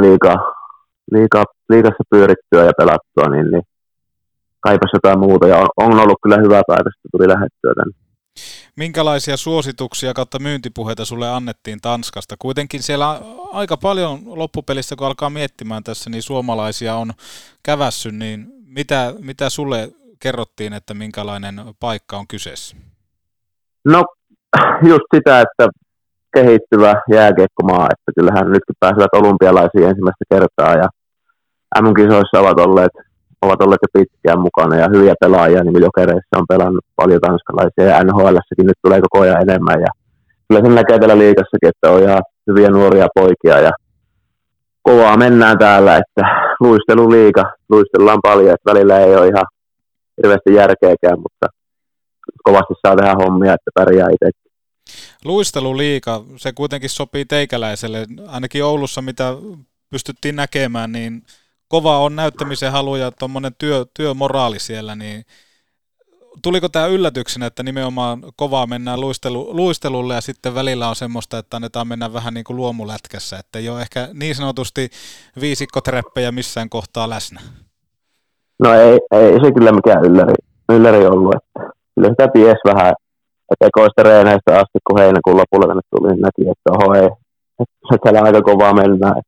liigassa pyörittyä ja pelattua, niin kaipas jotain muuta ja on ollut kyllä hyvä päätös, että tuli lähdettyä tänne. Minkälaisia suosituksia kautta myyntipuheita sulle annettiin Tanskasta? Kuitenkin siellä aika paljon loppupelissä, kun alkaa miettimään tässä, niin suomalaisia on kävässyt, niin mitä sulle kerrottiin, että minkälainen paikka on kyseessä? No just sitä, että kehittyvä jääkiekkomaa, että kyllähän nytkin pääsevät olympialaisiin ensimmäistä kertaa ja MM-kisoissa ovat olleet jo pitkään mukana ja hyviä pelaajia, niin Jokereissa on pelannut paljon tanskalaisia ja NHL:ssäkin nyt tulee koko ajan enemmän ja kyllä sen näkee täällä liigassakin, että on ihan hyviä nuoria poikia ja kovaa mennään täällä, että luistellaan paljon, että välillä ei ole ihan hirveästi järkeäkään, mutta kovasti saa tehdä hommia, että pärjää itsekin. Luisteluliiga, se kuitenkin sopii teikäläiselle, ainakin Oulussa mitä pystyttiin näkemään, niin kova on näyttämisen halu ja tuommoinen työmoraali siellä, niin tuliko tämä yllätyksenä, että nimenomaan kovaa mennään luistelulle ja sitten välillä on semmoista, että annetaan mennä vähän niin kuin luomulätkässä, että ei ole ehkä niin sanotusti viisikkoträppejä missään kohtaa läsnä? No ei se kyllä mikään ylläri ollut, että kyllä sitä ties vähän, että ekoista reeneistä asti, kun heinäkuun lopulla tänne tuli, niin näki, että että täällä aika kovaa mennään.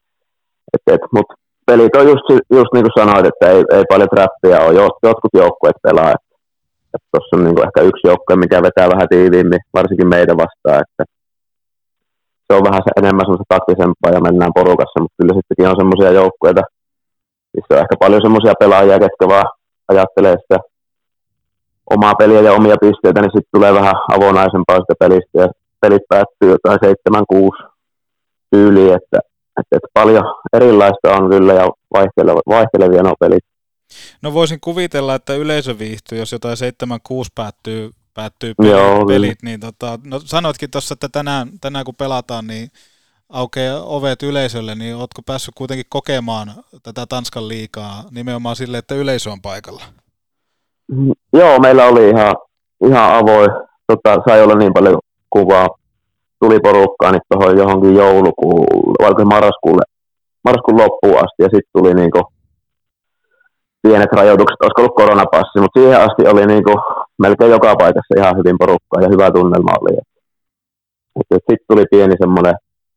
Mutta pelit on just niin kuin sanoit, että ei paljon trappia ole, jotkut joukkueet pelaa. Että tuossa on niin kuin ehkä yksi joukkue, mikä vetää vähän tiiviimmin, varsinkin meitä vastaan. Että se on vähän enemmän semmoista taktisempaa ja mennään porukassa, mutta kyllä sittenkin on semmoisia joukkueita, missä on ehkä paljon semmoisia pelaajia, ketkä vaan ajattelee sitä omaa peliä ja omia pisteitä, niin sitten tulee vähän avonaisempaa sitä pelistä ja pelit päättyy jotain 7-6 tyyliin, että paljon erilaista on kyllä ja vaihtelevia nuo pelit. No voisin kuvitella, että yleisö viihtyy, jos jotain 7-6 päättyy pelit, niin no sanoitkin tuossa, että tänään kun pelataan, niin aukeaa ovet yleisölle, niin ootko päässyt kuitenkin kokemaan tätä Tanskan liigaa nimenomaan sille, että yleisö on paikalla? Joo, meillä oli ihan avoin, sai olla niin paljon kuvaa, tuli porukkaa niin tuohon johonkin joulukuun, vaikka marraskuun loppuun asti, ja sitten tuli niinku pienet rajoitukset, olisiko ollut koronapassi, mutta siihen asti oli niinku melkein joka paikassa ihan hyvin porukkaa ja hyvä tunnelma oli. Mutta sitten tuli pieni semmoinen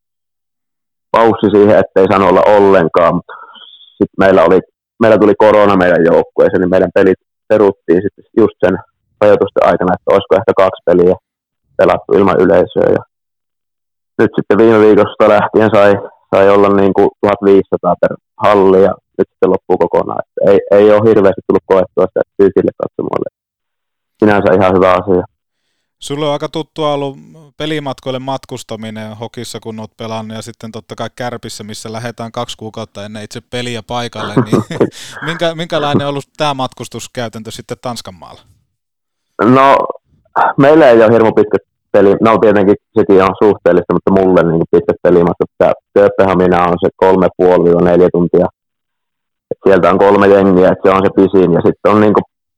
paussi siihen, ettei saanut olla ollenkaan, mutta sitten meillä tuli korona meidän joukkueeseen, niin meidän pelit peruttiin sitten just sen rajoitusten aikana, että olisiko ehkä 2 peliä pelattu ilman yleisöä. Ja nyt sitten viime viikosta lähtien sai olla niin kuin 1500 per halli ja nyt sitten loppuu kokonaan. Että ei ole hirveästi tullut koettua sitä tyysille katsomalle. Sinänsä ihan hyvä asia. Sulla on aika tuttua ollut pelimatkoille matkustaminen hokissa, kun olet pelannut, ja sitten totta kai Kärpissä, missä lähdetään 2 kuukautta ennen itse peliä paikalle, niin minkälainen on ollut tämä matkustuskäytäntö sitten Tanskan maalla? No, meillä ei ole hirmu pitkät peli. No tietenkin sekin on suhteellista, mutta mulle niin pitkät pelimatkat. Kööpenhamina on se 3,5-4 tuntia. Et sieltä on 3 jengiä, että se on se pisin, ja sitten on niin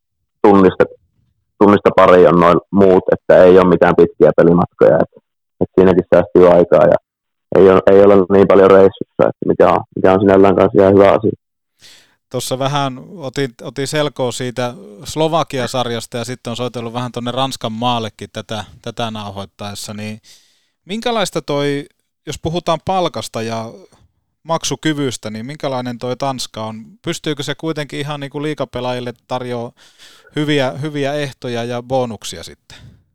tunnista pari on noin muut, että ei ole mitään pitkiä pelimatkoja, että siinäkin säästyy aikaa ja ei ole niin paljon reissussa, että mikä on sinällään kanssa ihan hyvä asia. Tuossa vähän otin selkoa siitä Slovakia-sarjasta ja sitten on soitellut vähän tuonne Ranskan maallekin tätä nauhoittaessa, niin minkälaista jos puhutaan palkasta ja maksukyvystä, niin minkälainen toi Tanska on? Pystyykö se kuitenkin ihan niin kuin liigapelaajille tarjoaa hyviä ehtoja ja bonuksia sitten?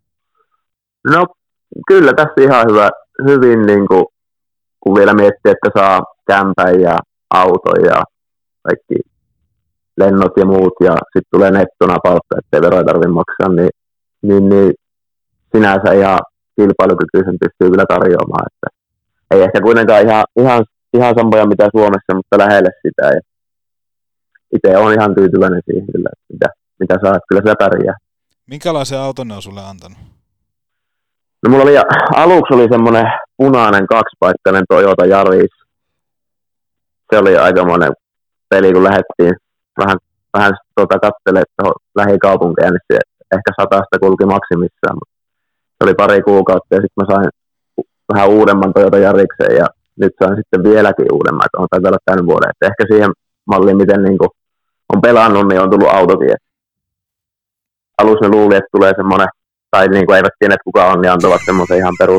No kyllä tässä ihan hyvin niin kuin, kun vielä miettii, että saa kämpän ja auton ja kaikki lennot ja muut ja sitten tulee nettona palkka, ettei veroja tarvitse maksaa, niin sinänsä ihan kilpailukykyisen pystyy kyllä tarjoamaan. Että ei ehkä kuitenkaan ihan samoja mitä Suomessa, mutta lähelle sitä. Ja itse olen ihan tyytyväinen siihen kyllä, mitä saa, kyllä sitä pärjää. Minkälaisen auton ne on sulle antanut? No mulla aluksi oli semmoinen punainen 2-paikkainen Toyota Yaris. Se oli aikamoinen peli, kun lähdettiin vähän katselemaan tuohon lähikaupunkeja, niin se ehkä 100 kulki maksimissaan. Mutta se oli pari kuukautta ja sitten mä sain vähän uudemman Toyota Yarikseen ja nyt sain sitten vieläkin uudemman, että on taitaa olla tämän vuoden. Että ehkä siihen malliin, miten niin kuin on pelannut, niin on tullut autokin. Alussa ne luuli, että tulee semmoinen, tai niin kuin eivät tienneet kuka on, niin antavat semmoisen ihan perus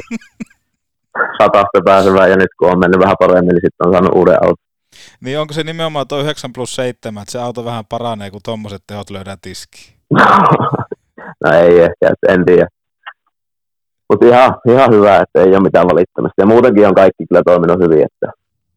100 pääsevää, ja nyt kun on mennyt vähän paremmin, niin sitten on saanut uuden auton. Niin onko se nimenomaan tuo 9+7, että se auto vähän paranee, kun tommoset tehot löydään tiskiin? No ei ehkä, en tiedä. Mutta ihan hyvä, että ei ole mitään valittamista. Ja muutenkin on kaikki kyllä toiminut hyvin, että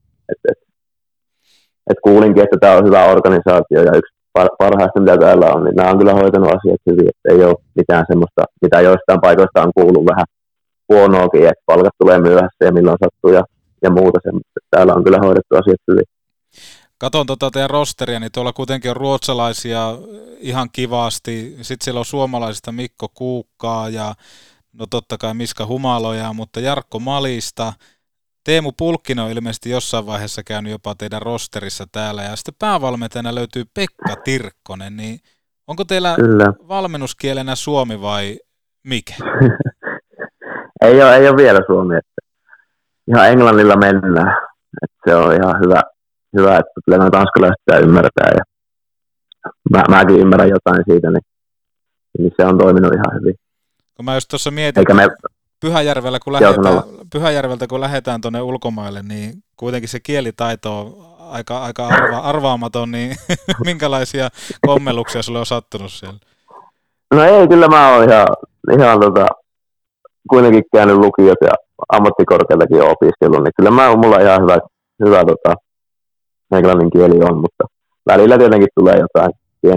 kuulinkin, että tämä on hyvä organisaatio ja yksi parhaista, mitä täällä on, niin nämä on kyllä hoitanut asiat hyvin, että ei ole mitään semmoista, mitä joistain paikoista on kuullut vähän huonoakin, että palkat tulee myöhässä ja milloin sattuu ja muuta semmoista. Täällä on kyllä hoidettu asiat hyvin. Katon teidän rosteria, niin tuolla kuitenkin on ruotsalaisia ihan kivasti. Sitten siellä on suomalaisista Mikko Kuukkaa ja no totta kai Miska Humaloja, mutta Jarkko Malista. Teemu Pulkkinen on ilmeisesti jossain vaiheessa käynyt jopa teidän rosterissa täällä. Ja sitten päävalmentajana löytyy Pekka Tirkkonen. Niin onko teillä valmennuskielenä suomi vai mikä? ei ole vielä suomi. Että ihan englannilla mennään. Että se on ihan hyvä, että kyllä noin tanskalaiset sitä ymmärtää. Ja mäkin ymmärrän jotain siitä, niin se on toiminut ihan hyvin. Kun mä just tuossa mietin, Pyhäjärveltä kun lähdetään tuonne ulkomaille, niin kuitenkin se kielitaito on aika arvaamaton, niin minkälaisia kommelluksia sulle on sattunut siellä? No ei, kyllä mä oon ihan kuitenkin käynyt lukiot ja ammattikorkeallakin on opiskellut, niin kyllä mulla on ihan hyvä englannin kieli on, mutta välillä tietenkin tulee jotain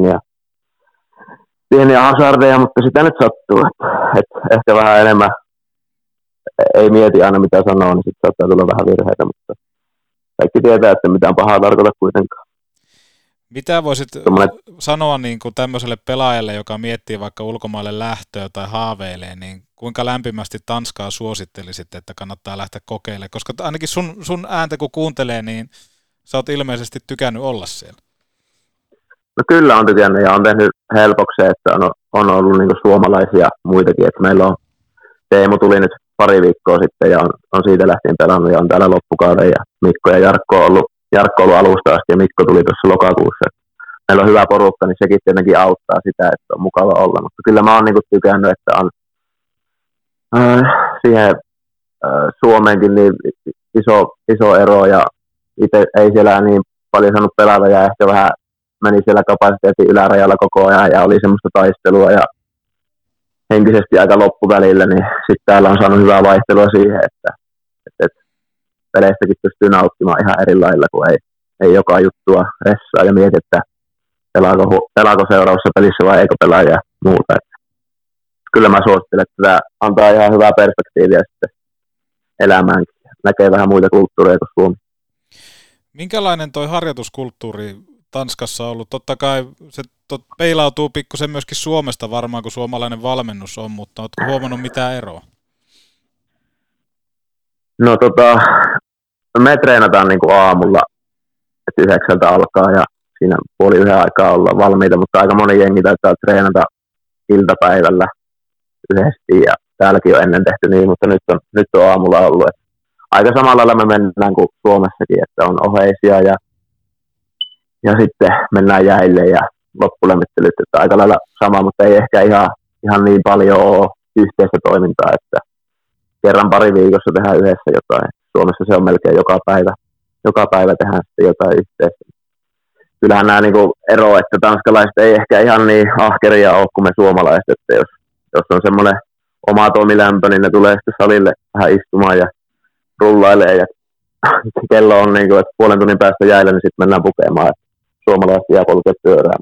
pieniä hazardeja, mutta sitä nyt sattuu, että ehkä vähän enemmän ei mieti aina mitä sanoo, niin sitten saattaa tulla vähän virheitä, mutta kaikki tietää, että mitään pahaa tarkoita kuitenkaan. Mitä voisit sanoa niin kuin tämmöiselle pelaajalle, joka miettii vaikka ulkomaille lähtöä tai haaveilee, niin kuinka lämpimästi Tanskaa suosittelisit, että kannattaa lähteä kokeilemaan? Koska ainakin sun ääntä kun kuuntelee, niin sä oot ilmeisesti tykännyt olla siellä. No kyllä on tykännyt ja on tehnyt helpokseen, että on ollut niin kuin suomalaisia muitakin, että meillä on Teemu tuli nyt pari viikkoa sitten ja on siitä lähtien pelannut ja on täällä loppukauden ja Mikko ja Jarkko on ollut alusta asti ja Mikko tuli tuossa lokakuussa. Meillä on hyvä porukka, niin sekin tietenkin auttaa sitä, että on mukava olla, mutta kyllä mä oon niin kuin tykännyt, että on siihen Suomeenkin niin iso ero ja itse ei siellä niin paljon saanut pelata ja ehkä vähän meni siellä kapasiteetin ylärajalla koko ajan ja oli semmoista taistelua ja henkisesti aika loppuvälillä, niin sitten täällä on saanut hyvää vaihtelua siihen, että peleistäkin pystyy nauttimaan ihan eri lailla, kun ei joka juttua ressaa ja mieti, että pelaako seuraavassa pelissä vai eikö pelaa ja muuta. Että kyllä mä suosittelen, että tämä antaa ihan hyvää perspektiiviä sitten elämäänkin. Näkee vähän muita kulttuureja kuin Suomi. Minkälainen toi harjoituskulttuuri Tanskassa on ollut? Totta kai se peilautuu pikkusen myöskin Suomesta varmaan, kun suomalainen valmennus on, mutta ootko huomannut mitään eroa? No me treenataan niin kuin aamulla, että 9 alkaa ja siinä 12:30 aikaa olla valmiita, mutta aika moni jengi taitaa treenata iltapäivällä yhdesti ja täälläkin on ennen tehty niin, mutta nyt on aamulla ollut. Että aika samalla lailla me mennään kuin Suomessakin, että on oheisia ja sitten mennään jäille ja loppulämmittelyt, että aika lailla sama, mutta ei ehkä ihan niin paljon ole yhteistä toimintaa, että kerran pari viikossa tehdään yhdessä jotain. Suomessa se on melkein joka päivä tehdään sitten jotain yhteistä. Kyllähän nämä niin ero, että tanskalaiset ei ehkä ihan niin ahkeria ole kuin me suomalaiset, että jos on semmoinen oma toimilämpö, niin ne tulee sitten salille vähän istumaan ja rullailee ja kello on niin kuin, että puolen tunnin päästä jäillä, niin sitten mennään pukemaan, että suomalaiset jää polkeet pyörään.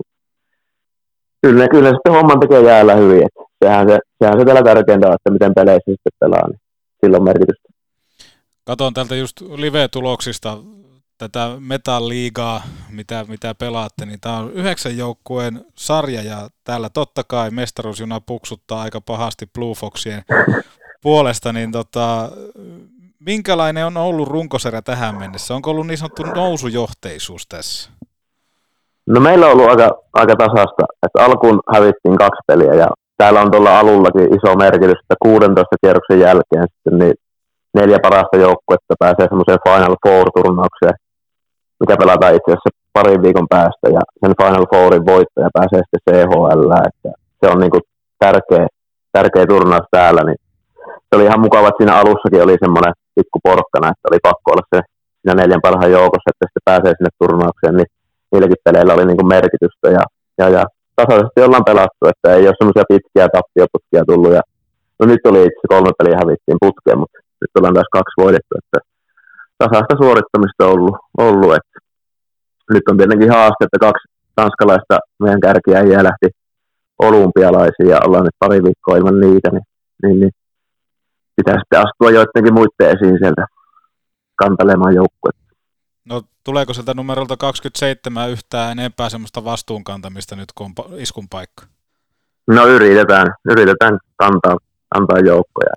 Kyllä sitten homman tekee jäällä hyvin, että sehän se täällä tärkeintä on, että miten peleissä sitten pelaa, niin sillä on merkitystä. Katon täältä just live-tuloksista tätä Metal-liigaa, mitä pelaatte, niin tämä on 9 joukkueen sarja ja täällä totta kai mestaruusjuna puksuttaa aika pahasti Blue Foxien puolesta, niin minkälainen on ollut runkosarja tähän mennessä? Onko ollut niin sanottu nousujohteisuus tässä? No meillä on ollut aika tasasta, että alkuun hävittiin 2 peliä ja täällä on tuolla alullakin iso merkitys, että 16 kierroksen jälkeen sitten niin 4 parasta joukkuetta pääsee semmoiseen Final Four-turnaukseen, mikä pelataan itse asiassa parin viikon päästä ja sen Final Fourin voittaja pääsee sitten CHL, että se on niinku tärkeä turnaus täällä, niin se oli ihan mukava, että siinä alussakin oli semmoinen pikku porkkana, että oli pakko olla se siinä 4 parhaan joukossa, että sitten pääsee sinne turnaukseen, niin niilläkin peleillä oli niinku merkitystä ja tasaisesti ollaan pelattu, että ei ole semmoisia pitkiä tappioputkia tullut ja no nyt oli itse 3 peliä hävittiin putkeen, mutta nyt ollaan taas 2 voitettu, että tasaista suorittamista on ollut, että nyt on tietenkin haaste, että 2 tanskalaista meidän kärkiäjiä lähti olympialaisiin ja ollaan nyt pari viikkoa ilman niitä, niin pitää sitten astua joidenkin muiden esiin sieltä kantelemaan joukkuetta. No tuleeko sieltä numerolta 27 yhtään enempää semmoista vastuunkantamista nyt, kun on iskun paikka? No yritetään kantaa joukkoja.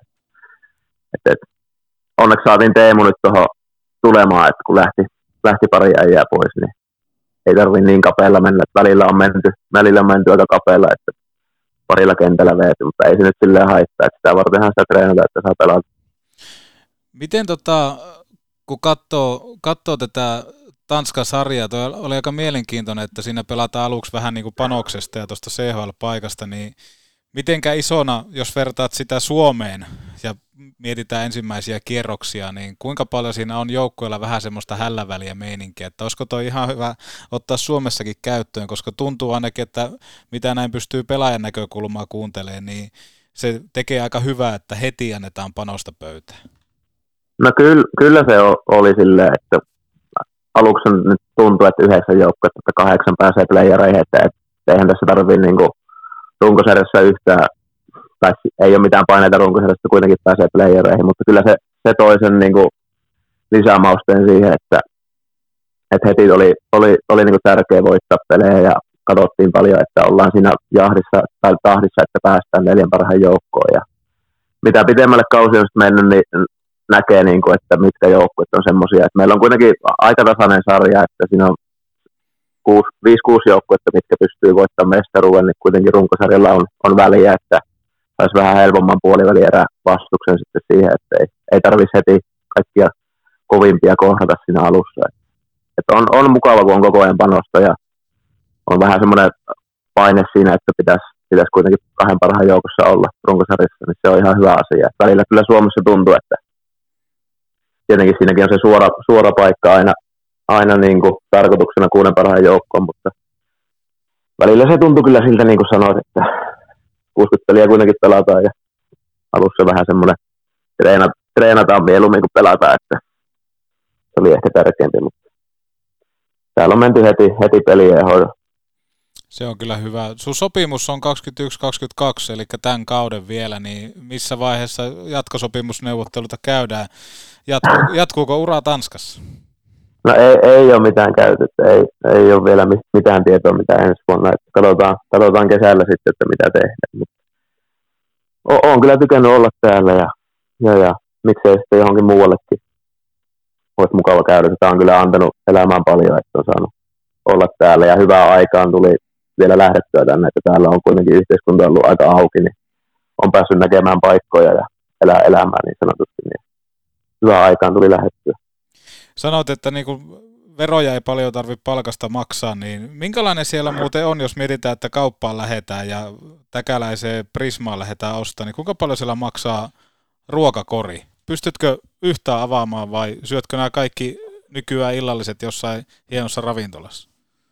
Onneksi saatiin Teemu nyt tuohon tulemaan, että kun lähti pari äijää pois, niin ei tarvitse niin kapealla mennä. Välillä on menty aika kapealla, että parilla kentällä veety, mutta ei se nyt silleen haittaa, että sitä vartenhan sitä treenata, että saa pelata. Miten kun katsoo tätä Tanskan sarjaa, toi oli aika mielenkiintoinen, että siinä pelataan aluksi vähän niin kuin panoksesta ja tuosta CHL-paikasta, niin mitenkä isona, jos vertaat sitä Suomeen ja mietitään ensimmäisiä kierroksia, niin kuinka paljon siinä on joukkueella vähän semmoista hälläväliä meininkiä, että olisiko toi ihan hyvä ottaa Suomessakin käyttöön, koska tuntuu ainakin, että mitä näin pystyy pelaajan näkökulmaa kuuntelemaan, niin se tekee aika hyvää, että heti annetaan panosta pöytään. No kyllä se oli silleen, että aluksi nyt tuntuu, että 9 joukkuetta, että 8 pääsee playereihin, että eihän tässä tarvitse niinku runkosarjassa yhtään, tai ei ole mitään paineita runkosarjassa, kuitenkin pääsee playereihin, mutta kyllä se toi sen niinku lisämausteen siihen, että heti oli niinku tärkeä voittaa pelejä ja katsottiin paljon, että ollaan siinä jahdissa tai tahdissa, että päästään 4 parhaan joukkoon ja mitä pitemmälle kausi on mennyt, niin näkee, niinku, että mitkä joukkueet on semmoisia, että meillä on kuitenkin aika tasainen sarja, että siinä on 5-6 joukkuetta, mitkä pystyy voittamaan mestaruuden, niin kuitenkin runkosarjalla on väliä, että saisi vähän helpomman puolivälierän vastuksen sitten siihen, että ei tarvitsisi heti kaikkia kovimpia kohdata siinä alussa. Että on mukava, kun on koko ajan panosta ja on vähän semmoinen paine siinä, että pitäisi kuitenkin 2 parhaan joukossa olla runkosarjassa, niin se on ihan hyvä asia. Välillä kyllä Suomessa tuntuu, että tietenkin siinäkin on se suora paikka aina niin kuin tarkoituksena 6 parhaan joukkoon, mutta välillä se tuntui kyllä siltä, niin kuin sanoit, että 60 peliä kuitenkin pelataan ja alussa vähän semmoinen treenataan mieluummin kuin pelataan, että se oli ehkä tärkeämpi, mutta täällä on menty heti peliä ja hoidon. Se on kyllä hyvä. Sun sopimus on 21-22, eli tämän kauden vielä, niin missä vaiheessa jatkosopimusneuvotteluita käydään? Jatkuuko ura Tanskassa? No ei ole mitään käytettä, ei ole vielä mitään tietoa mitä ensi vuonna. Katsotaan kesällä sitten, että mitä tehdään. Olen kyllä tykännyt olla täällä ja miksei sitten johonkin muuallekin olisi mukava käydä. Tämä on kyllä antanut elämään paljon, että on saanut olla täällä ja hyvään aikaan tuli vielä lähdettyä tänne, että täällä on kuitenkin yhteiskunta ollut aika auki, niin on päässyt näkemään paikkoja ja elää elämää niin sanotusti. Niin hyvään aikaan tuli lähdettyä. Sanoit, että niinku veroja ei paljon tarvitse palkasta maksaa, niin minkälainen siellä muuten on, jos mietitään, että kauppaan lähdetään ja täkäläiseen Prismaan lähdetään ostamaan, niin kuinka paljon siellä maksaa ruokakori? Pystytkö yhtään avaamaan vai syötkö nämä kaikki nykyään illalliset jossain hienossa ravintolassa?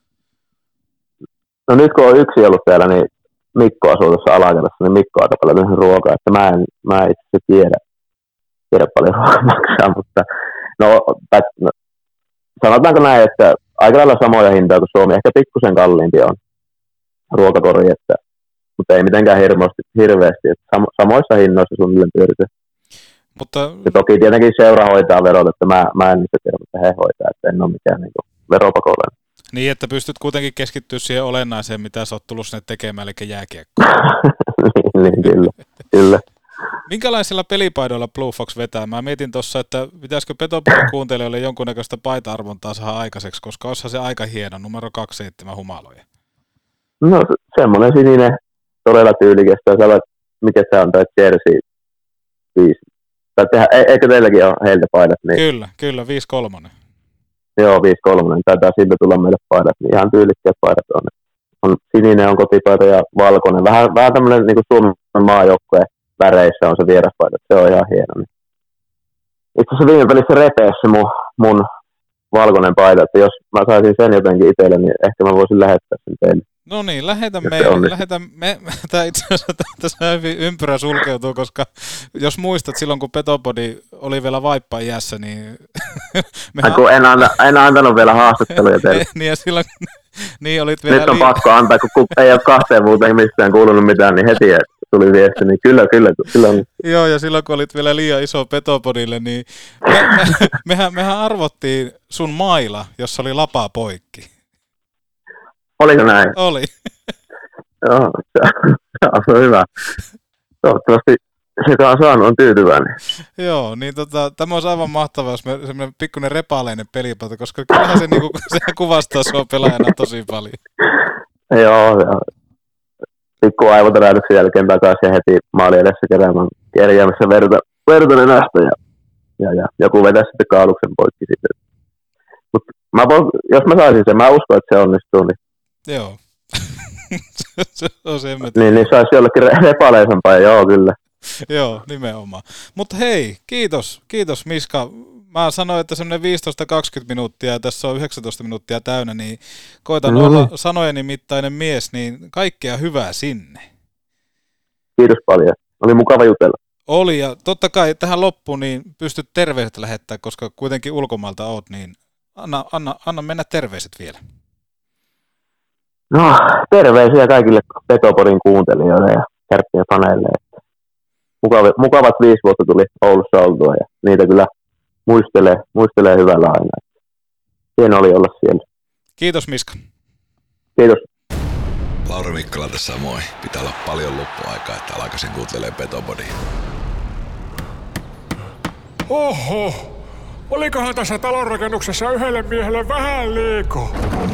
No nyt kun on yksi ollut täällä, niin Mikko asuu tuossa alakerrassa, niin Mikko on aika paljon tehnyt ruokaa, että mä en itse tiedä paljon ruokaa maksaa, mutta no, sanotaanko näin, että aika lailla samoja hintoja kuin Suomi, ehkä pikkusen kalliimpi on ruokakori, mutta ei mitenkään hirveästi, että samoissa hinnoissa suunnilleen pyöritään. Mutta ja toki tietenkin seura hoitaa verot, että mä en niistä tiedä, että he hoitaa, että en ole mikään niin veropakollinen. Niin, että pystyt kuitenkin keskittyä siihen olennaiseen, mitä sä oot tullut sinne tekemään, eli jääkiekkoon. niin, kyllä. Minkälaisilla pelipaidoilla Blue Fox vetää? Mä mietin tuossa, että pitäisikö Petopodin kuuntelijoille jonkunnäköistä paita-arvontaa saada aikaiseksi, koska olisihan se aika hieno, numero 27 humaloja. No semmoinen sininen, todella tyylikästä. Mikä se on, tämä jersey 5. Eikö teilläkin ole heiltä paidat? Niin? Kyllä, 5-3. Joo, 5-3. Taitaa siltä tulla meille paidat. Niin ihan tyylikkäät paidat on. Sininen on kotipaita ja valkoinen. Vähän tämmöinen niin kuin Suomen maajoukkojen väreissä on se vieraspaita. Se on ihan hieno. Itse asiassa viime pelissä repeessä mun valkoinen paita. Että jos mä saisin sen jotenkin itselle, niin ehkä mä voisin lähettää sen teille. No niin, lähetä me. Tämä itse asiassa tässä hyvin ympyrä sulkeutuu, koska jos muistat silloin, kun Petopodi oli vielä vaippa-iässä, niin en antanut vielä haastatteluja teille. Niin ja silloin, niin olit vielä nyt on pakko antaa, kun ei ole 2 vuoteen missään kuulunut mitään, niin heti tuli viesti, niin kyllä. Joo, ja silloin kun olit vielä liian iso Petopodille, niin mehän arvottiin sun maila, jossa oli lapa poikki. Oliko näin? Oli. Joo, se on hyvä. Toivottavasti se, joka on saanut, on tyytyväinen. Joo, niin tämä on aivan mahtavaa, jos me semmoinen pikkuinen repaleinen pelipalta, koska kyllähän se, niinku, sehän kuvastaa sua pelaajana tosi paljon. Joo. Pikku aivotärähdyksen jälkeen takaisin ja heti maali edessä kerjäämässä verta nenästä ja joku vetää sitten kaaluksen poikki sitten. Mutta jos mä saisin sen, mä uskon, että se onnistuu. Niin joo. Se on se niin saisi jollekin repaleisempaa, joo kyllä. Joo, nimenomaan. Mutta hei, kiitos Miska. Mä sanoin, että semmoinen 15-20 minuuttia ja tässä on 19 minuuttia täynnä, niin koitan olla sanojeni mittainen mies, niin kaikkea hyvää sinne. Kiitos paljon. Oli mukava jutella. Oli, ja totta kai tähän loppuun niin pystyt terveiset lähettämään, koska kuitenkin ulkomailta oot, niin anna mennä terveiset vielä. No, terveisiä kaikille Petopodin kuuntelijoille ja Kärppien faneille. Mukavat 5 vuotta tuli Oulussa oltua ja niitä kyllä muistelee hyvällä aina. Hieno oli olla siellä. Kiitos Miska. Kiitos. Lauri Mikkola tässä moi. Pitää olla paljon loppuaikaa, että alkaisin kuuntelee Petopodia. Oho! Olikohan tässä talonrakennuksessa yhdelle miehelle vähän liikaa?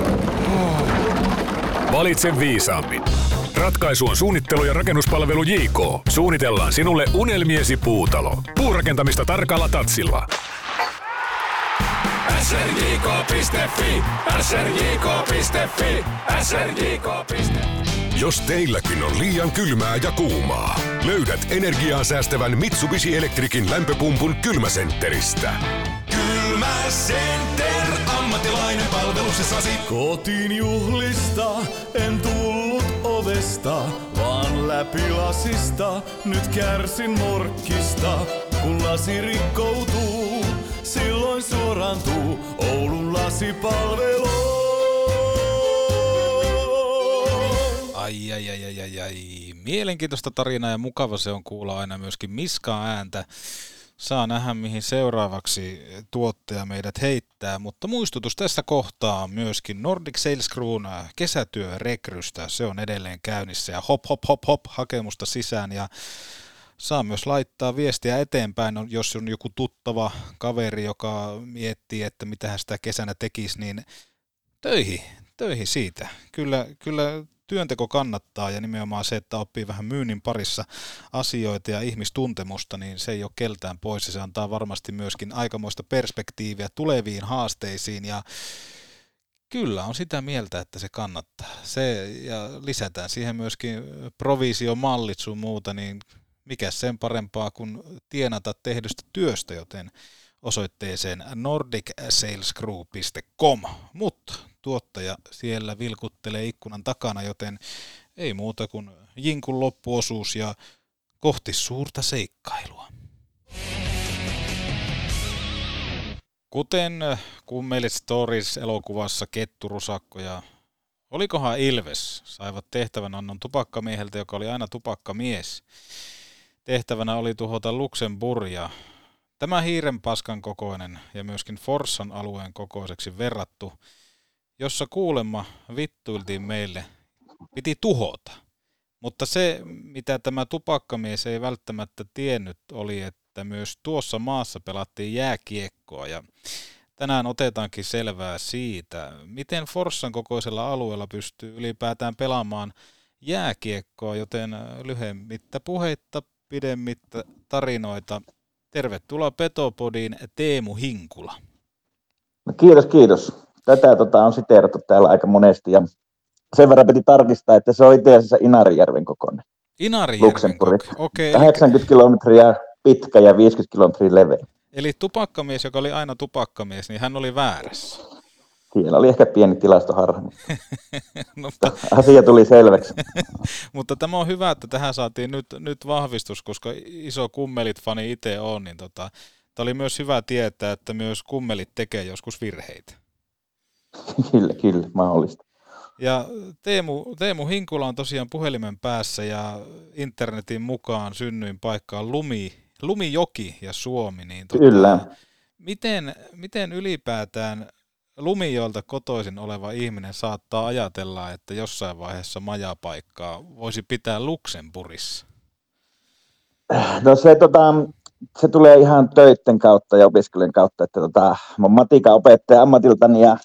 Valitse viisaammin. Ratkaisu on suunnittelu- ja rakennuspalvelu JK. Suunnitellaan sinulle unelmiesi puutalo. Puurakentamista tarkalla tatsilla. srjk.fi, srjk.fi, srjk.fi. Jos teilläkin on liian kylmää ja kuumaa, löydät energiaa säästävän Mitsubishi Electricin lämpöpumpun Kylmäsentteristä. Kylmäcenter, ammattilainen palveluksessasi. Kotiin juhlista en tullut ovesta, vaan läpi lasista. Nyt kärsin morkkista, kun lasi rikkoutuu. Silloin suoraantuu Oulun lasipalvelu. Ai. Mielenkiintoista tarinaa ja mukava se on kuulla aina myöskin Miskaa ääntä. Saa nähdä, mihin seuraavaksi tuottaja meidät heittää, mutta muistutus tässä kohtaa myöskin Nordic Sales Crewn kesätyörekrystä. Se on edelleen käynnissä ja hop, hakemusta sisään ja saa myös laittaa viestiä eteenpäin, jos on joku tuttava kaveri, joka miettii, että mitä hän sitä kesänä tekisi, niin töihin siitä. Kyllä työnteko kannattaa ja nimenomaan se, että oppii vähän myynnin parissa asioita ja ihmistuntemusta, niin se ei ole keltään pois ja se antaa varmasti myöskin aikamoista perspektiiviä tuleviin haasteisiin ja kyllä on sitä mieltä, että se kannattaa. Ja lisätään siihen myöskin provisiomallit sun muuta, niin mikä sen parempaa kuin tienata tehdystä työstä, joten osoitteeseen nordicsalescrew.com, mutta tuottaja siellä vilkuttelee ikkunan takana, joten ei muuta kuin jinkun loppuosuus ja kohti suurta seikkailua. Kuten Kummelit Stories-elokuvassa Ketturusakko ja olikohan Ilves saivat tehtävänannon tupakkamieheltä, joka oli aina tupakkamies. Tehtävänä oli tuhota Luxemburg ja tämä hiirenpaskan kokoinen ja myöskin Forssan alueen kokoiseksi verrattu, jossa kuulemma vittuiltiin meille, piti tuhota. Mutta se, mitä tämä tupakkamies ei välttämättä tiennyt, oli, että myös tuossa maassa pelattiin jääkiekkoa. Ja tänään otetaankin selvää siitä, miten Forssan kokoisella alueella pystyy ylipäätään pelaamaan jääkiekkoa, joten lyhyemmittä puheitta, pidemmittä tarinoita. Tervetuloa Petopodiin Teemu Hinkula. No kiitos. Tätä on siteerattu täällä aika monesti ja sen verran piti tarkistaa, että se on itse asiassa Inarijärven kokoinen. Inarijärven kokoinen, okei. 80 kilometriä pitkä ja 50 kilometriä leveä. Eli tupakkamies, joka oli aina tupakkamies, niin hän oli väärässä. Siellä oli ehkä pieni tilastoharha, mutta asia tuli selväksi. Mutta tämä on hyvä, että tähän saatiin nyt vahvistus, koska iso Kummelit-fani itse on, niin tämä oli myös hyvä tietää, että myös Kummelit tekee joskus virheitä. Kyllä, mahdollista. Ja Teemu Hinkula on tosiaan puhelimen päässä ja internetin mukaan synnyinpaikka on Lumijoki ja Suomi. Niin Kyllä. Miten ylipäätään Lumijoelta kotoisin oleva ihminen saattaa ajatella, että jossain vaiheessa majapaikkaa voisi pitää Luxemburgissa? No se tulee ihan töitten kautta ja opiskelujen kautta, että mä oon matikan opettaja ammatiltani ja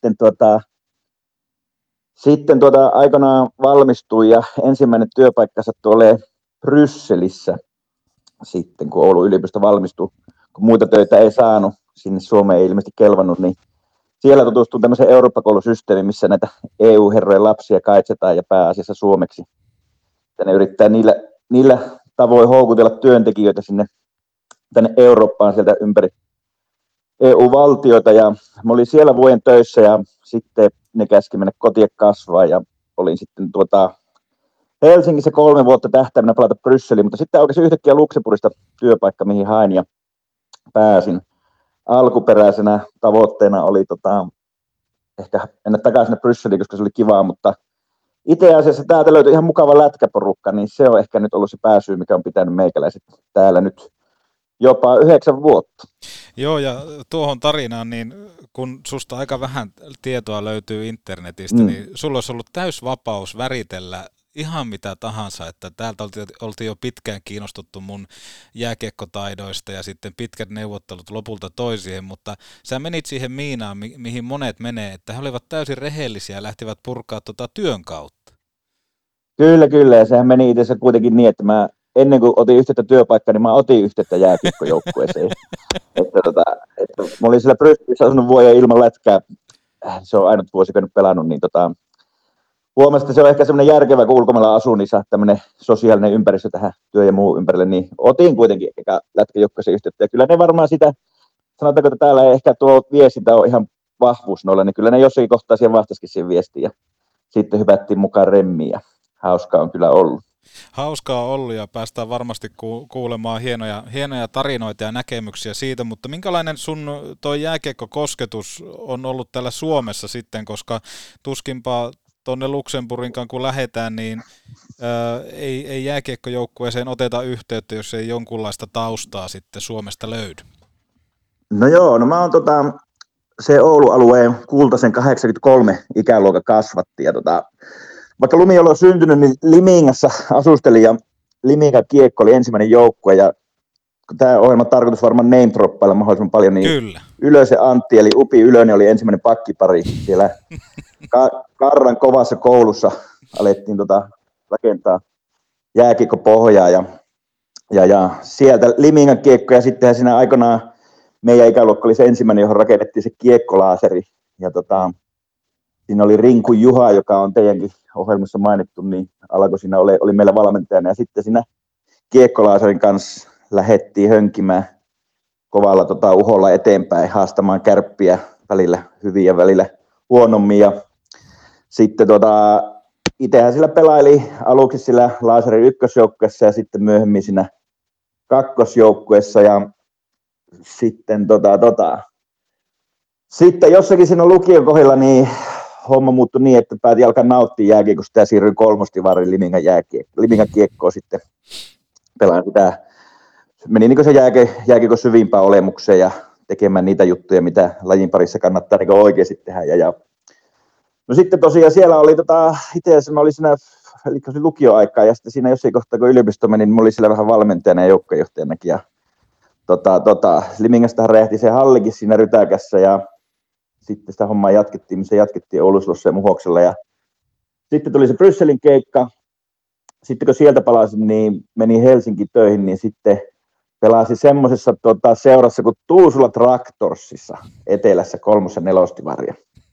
sitten aikanaan valmistuin ja ensimmäinen työpaikka sattui olemaan Brysselissä sitten, kun Oulun yliopisto valmistui, kun muita töitä ei saanut, sinne Suomeen ei ilmeisesti kelvannut, niin siellä tutustuin tämmöiseen Eurooppa-koulusysteemiin, missä näitä EU-herrojen lapsia kaitsetaan ja pääasiassa suomeksi. Ja ne yrittää niillä tavoin houkutella työntekijöitä tänne Eurooppaan sieltä ympäri EU-valtioita. Ja mä olin siellä vuoden töissä ja sitten ne käski mennä kotiin kasvaa ja olin sitten Helsingissä 3 vuotta tähtäimenä palata Brysseliin, mutta sitten aukesi yhtäkkiä Luxemburgista työpaikka, mihin hain ja pääsin. Alkuperäisenä tavoitteena oli ehkä mennä takaisin Brysseliin, koska se oli kivaa, mutta itse asiassa täältä löytyi ihan mukava lätkäporukka, niin se on ehkä nyt ollut se pääsyy, mikä on pitänyt meikäläiset täällä nyt jopa 9 vuotta. Joo, ja tuohon tarinaan, niin kun susta aika vähän tietoa löytyy internetistä, niin sulla olisi ollut täysvapaus väritellä ihan mitä tahansa, että täältä oltiin jo pitkään kiinnostuttu mun jääkiekkotaidoista ja sitten pitkät neuvottelut lopulta toisien, mutta sä menit siihen miinaan, mihin monet menee, että he olivat täysin rehellisiä ja lähtivät purkaa työn kautta. Kyllä, ja sehän meni itse asiassa kuitenkin niin, että mä ennen kuin otin yhteyttä työpaikkaan, niin mä otin yhteyttä jääkiekkojoukkueeseen. että Mä olin siellä Brysselissä asunut vuoden ilman lätkää. Se on ainut vuosi, kun en pelannut, niin huomasin, että se on ehkä semmoinen järkevä, kun ulkomailla asuu, niin saa tämmöinen sosiaalinen ympäristö tähän työ ja muu ympärille, niin otin kuitenkin eka lätkäjoukkueeseen yhteyttä. Ja kyllä ne varmaan sitä, sanotaanko, että täällä ei ehkä tuo viestintä ole ihan vahvuus noilla, niin kyllä ne jossakin kohtaa siihen vastasikin siihen viestiin ja sitten hypättiin mukaan remmiin ja hauskaa on kyllä ollut. Hauskaa on ollut ja päästään varmasti kuulemaan hienoja tarinoita ja näkemyksiä siitä, mutta minkälainen sun toi jääkiekkokosketus on ollut täällä Suomessa sitten, koska tuskinpa tuonne Luxemburginkaan kun lähdetään, niin ei jääkiekkojoukkueeseen oteta yhteyttä, jos ei jonkunlaista taustaa sitten Suomesta löydy. No joo, no mä oon se Oulu-alueen kultaisen 83 ikäluokan kasvatti ja vaikka Lumijoella on syntynyt, niin Limingassa asustelin ja Limingan kiekko oli ensimmäinen joukkue ja tämä ohjelma tarkoitus varmaan name-droppailla mahdollisimman paljon, niin Kyllä. Ylösen Antti eli Upi Ylönen oli ensimmäinen pakkipari siellä Karran kovassa koulussa alettiin rakentaa jääkiekkopohjaa ja sieltä Limingan kiekko ja sittenhän siinä aikanaan meidän ikäluokka oli se ensimmäinen, johon rakennettiin se kiekkolaaseri ja siinä oli Rinku Juha, joka on teidänkin ohjelmassa mainittu, niin alkoi siinä oli meillä valmentajana ja sitten siinä kiekkolaaserin kanssa lähdettiin hönkimään kovalla uholla eteenpäin, haastamaan Kärppiä välillä hyvin ja välillä huonommin ja sitten itsehän sillä pelaili aluksi sillä laaserin ykkösjoukkueessa ja sitten myöhemmin siinä kakkosjoukkueessa ja sitten sitten jossakin siinä lukion kohdalla niin homma muuttui niin, että päätin alkaa nauttia jääkiekosta ja siirryin kolmostivarin Limingan kiekkoon sitten pelaan sitä. Meni niin kuin se jääkiekon syvimpään olemukseen ja tekemään niitä juttuja, mitä lajin parissa kannattaa niin oikeasti tehdä. No sitten tosiaan siellä oli itse asiassa mä olin siinä, eli se lukioaikaa ja sitten siinä jossain kohtaa kun yliopisto meni, niin mä olin siellä vähän valmentajana ja joukkojohtajanakin ja Limingastahan räjähti se hallikin siinä rytäkässä ja sitten sitä hommaa jatkettiin, missä jatkettiin Ouluslossa ja Muhoksella ja sitten tuli se Brysselin keikka. Sitten kun sieltä palasin, niin menin Helsinkiin töihin, niin sitten pelasin semmoisessa seurassa kuin Tuusula Traktorsissa etelässä 3. ja 4. divaria.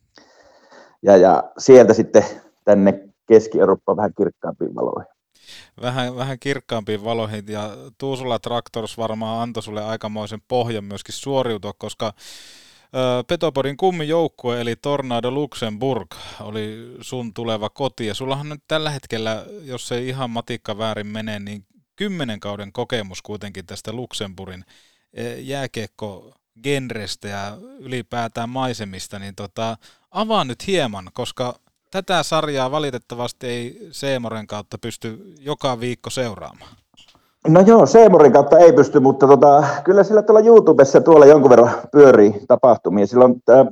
Ja sieltä sitten tänne Keski-Eurooppaan vähän kirkkaampiin valoihin. Vähän kirkkaampiin valoihin ja Tuusula Traktors varmaan antoi sulle aikamoisen pohjan myöskin suoriutua, koska Petopodin kummijoukkue eli Tornado Luxemburg oli sun tuleva koti ja sullahan nyt tällä hetkellä, jos ei ihan matikka väärin mene, niin 10 kauden kokemus kuitenkin tästä Luxemburgin jääkiekko-genrestä ja ylipäätään maisemista, niin avaa nyt hieman, koska tätä sarjaa valitettavasti ei Seemoren kautta pysty joka viikko seuraamaan. No joo, Seemorin kautta ei pysty, mutta kyllä sillä tuolla YouTubessa tuolla jonkun verran pyörii tapahtumia. Silloin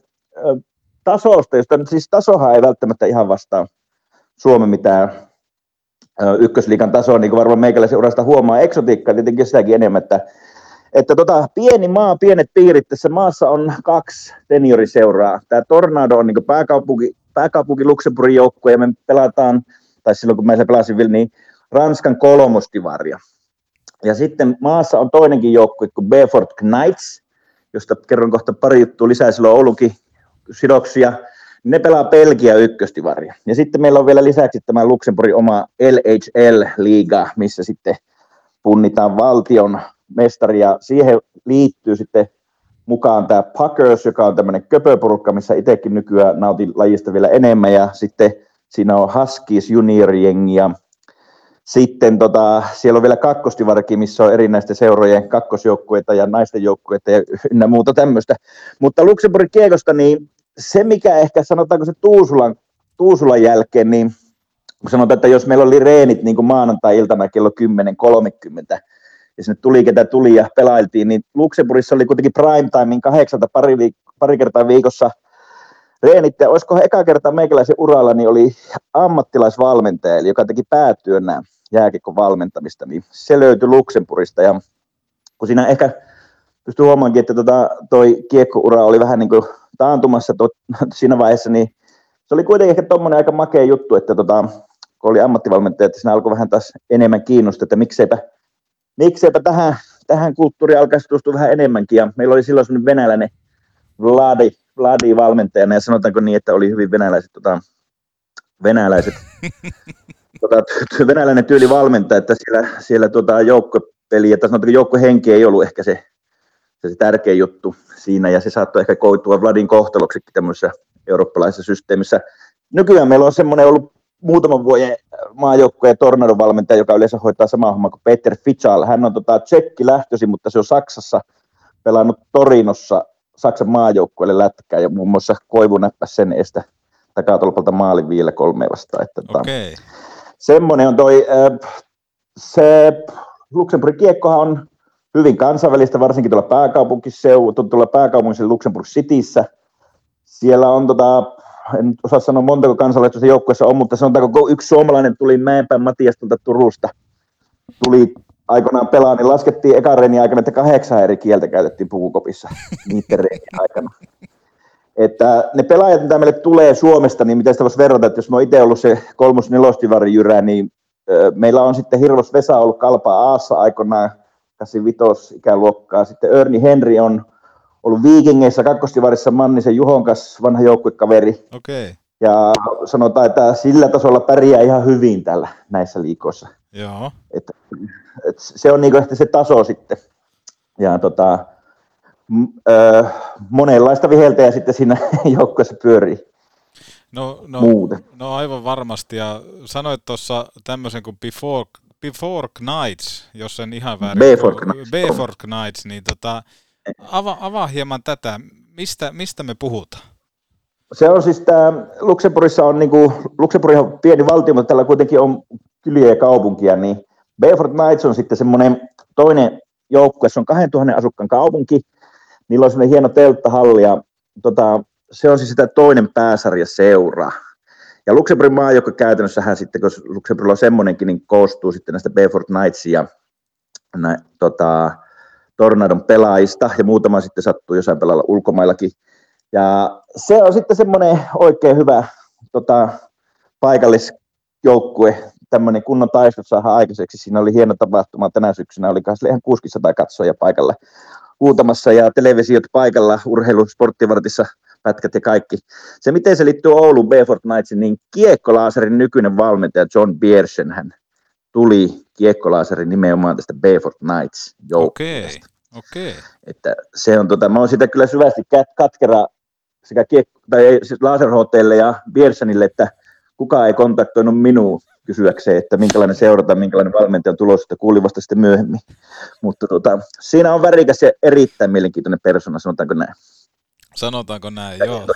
tasosta, josta nyt siis tasohan ei välttämättä ihan vastaa Suomen mitään ykkösliigan tasoa, niin kuin varmaan meikäläisen urasta huomaa. Eksotiikkaa tietenkin sitäkin enemmän, että pieni maa, pienet piirit, tässä maassa on 2 senioriseuraa. Tämä Tornado on niin pääkaupunki Luxemburgin joukkue ja me pelataan, tai silloin kun mä pelasin vielä, niin Ranskan 3. divaria. Ja sitten maassa on toinenkin joukkue kuin Beaufort Knights, josta kerron kohta pari juttua lisää, silloin on Oulunkin sidoksia. Ne pelaa Belgia ykköstivaria. Ja sitten meillä on vielä lisäksi tämä Luxemburgin oma LHL-liiga, missä sitten punnitaan valtion mestari. Ja siihen liittyy sitten mukaan tämä Puckers, joka on tämmöinen köpöporukka, missä itsekin nykyään nautin lajista vielä enemmän. Ja sitten siinä on Huskies juniorijengi ja sitten siellä on vielä kakkostivarki, missä on erinäisten seurojen kakkosjoukkueita ja naisten joukkueita ja ynnä muuta tämmöistä. Mutta Luxemburgin kiekosta, niin se mikä ehkä sanotaanko se Tuusulan jälkeen, niin kun sanotaan, että jos meillä oli reenit niin kuin maanantai-iltana kello 10.30 ja sinne tuli ketä tuli ja pelailtiin, niin Luxemburgissa oli kuitenkin prime timein 8 pari kertaa viikossa reenit. Ja olisiko eka kertaa meikäläisen uralla, niin oli ammattilaisvalmentaja, eli joka teki päätyönä jääkiekon valmentamista, niin se löytyi Luxemburgista. Ja kun siinä ehkä pystyy huomaankin, että toi kiekkoura oli vähän niin kuin taantumassa siinä vaiheessa, niin se oli kuitenkin ehkä tommoinen aika makea juttu, että kun oli ammattivalmentaja, että siinä alkoi vähän taas enemmän kiinnostaa, että mikseipä tähän kulttuuriin alkaisi tutustua vähän enemmänkin. Ja meillä oli silloin sellainen venäläinen Vladi valmentajana, ja sanotaanko niin, että oli hyvin venäläinen tyyli valmentaja, että siellä joukkopeli, että sanotaanko joukkohenki ei ollut ehkä se tärkein juttu siinä, ja se saattoi ehkä koitua Vladin kohtaloksikin tämmöisessä eurooppalaisessa systeemissä. Nykyään meillä on semmoinen ollut muutaman vuoden maajoukkojen Tornadon valmentaja, joka yleensä hoitaa samaa hommaa kuin Peter Fical. Hän on tsekki lähtöisin, mutta se on Saksassa pelannut Torinossa Saksan maajoukkueelle lätkää, ja muun muassa Koivu näppäsi sen eestä takatolpalta maalin 5-3 vastaan. Okay. Semmoinen on se Luxemburgin kiekkohan on hyvin kansainvälistä, varsinkin tuolla pääkaupungissa Luxemburg Cityssä. Siellä on en osaa sanoa montako kansalaisuutta joukkueessa on, mutta sanotaanko yksi suomalainen tuli Mäenpään Matias Turusta, tuli aikoinaan pelaa, niin laskettiin ekan reenin aikana, että 8 eri kieltä käytettiin pukukopissa niiden reenin aikana. Että ne pelaajat, mitä meille tulee Suomesta, niin miten sitä voisi verrata, että jos mä oon itse ollut se 3-4 jyrä, niin meillä on sitten Hirvos Vesa ollut Kalpaa Aassa aikoinaan, 85 ikäluokkaa, sitten Örni Henri on ollut Viikingeissä kakkostivarissa Mannisen Juhon kanssa, vanha joukkuekaveri. Okay. Ja sanotaan, että sillä tasolla pärjää ihan hyvin näissä liikoissa. Joo. Et se on niinku ehkä se taso sitten. Ja monenlaista viheltäjää sitten siinä joukkueessa pyörii. No aivan varmasti. Ja sanoit tuossa tämmöisen kuin Before Knights, jos en ihan väärin. Before Knights, niin avaa hieman tätä. Mistä me puhutaan? Se on siis Luxemburgissa on Luxemburg on pieni valtio, mutta tällä kuitenkin on kyliä ja kaupunkia, niin Beaufort Knights on sitten semmoinen toinen joukkue, se on 2000 asukkaan kaupunki, niillä on semmoinen hieno telttahalli, ja se on siis sitä toinen pääsarjaseura. Ja Luxemburgin maajoukko käytännössähän sitten, kun Luxemburgilla on semmoinenkin, niin koostuu sitten näistä Beaufort Knightsia ja Tornadon pelaajista, ja muutama sitten sattuu jossain pelailla ulkomaillakin. Ja se on sitten semmoinen oikein hyvä paikallisjoukkue, tämmöinen kunnon taistelu saadaan aikaiseksi. Siinä oli hieno tapahtuma tänä syksynä, oli ihan 600 katsoja paikalla huutamassa ja televisiot paikalla, urheilu, sporttivartissa, pätkät ja kaikki. Se, miten se liittyy Oulun Beaufort Knightsin, niin Kiekkolaaserin nykyinen valmentaja John Biersen, hän tuli Kiekkolaaserin nimenomaan tästä Beaufort Knights joukkueesta. Okei. Että se on mä oon sitä kyllä syvästi katkera sekä Laserhoteille ja Biersenille, että kukaan ei kontaktoinut minua kysyäkseen, että minkälainen seurata, minkälainen valmentaja on tulossa, että kuulin vasta sitten myöhemmin. Mutta siinä on värikäs ja erittäin mielenkiintoinen persona, sanotaanko näin. Sanotaanko näin, joo.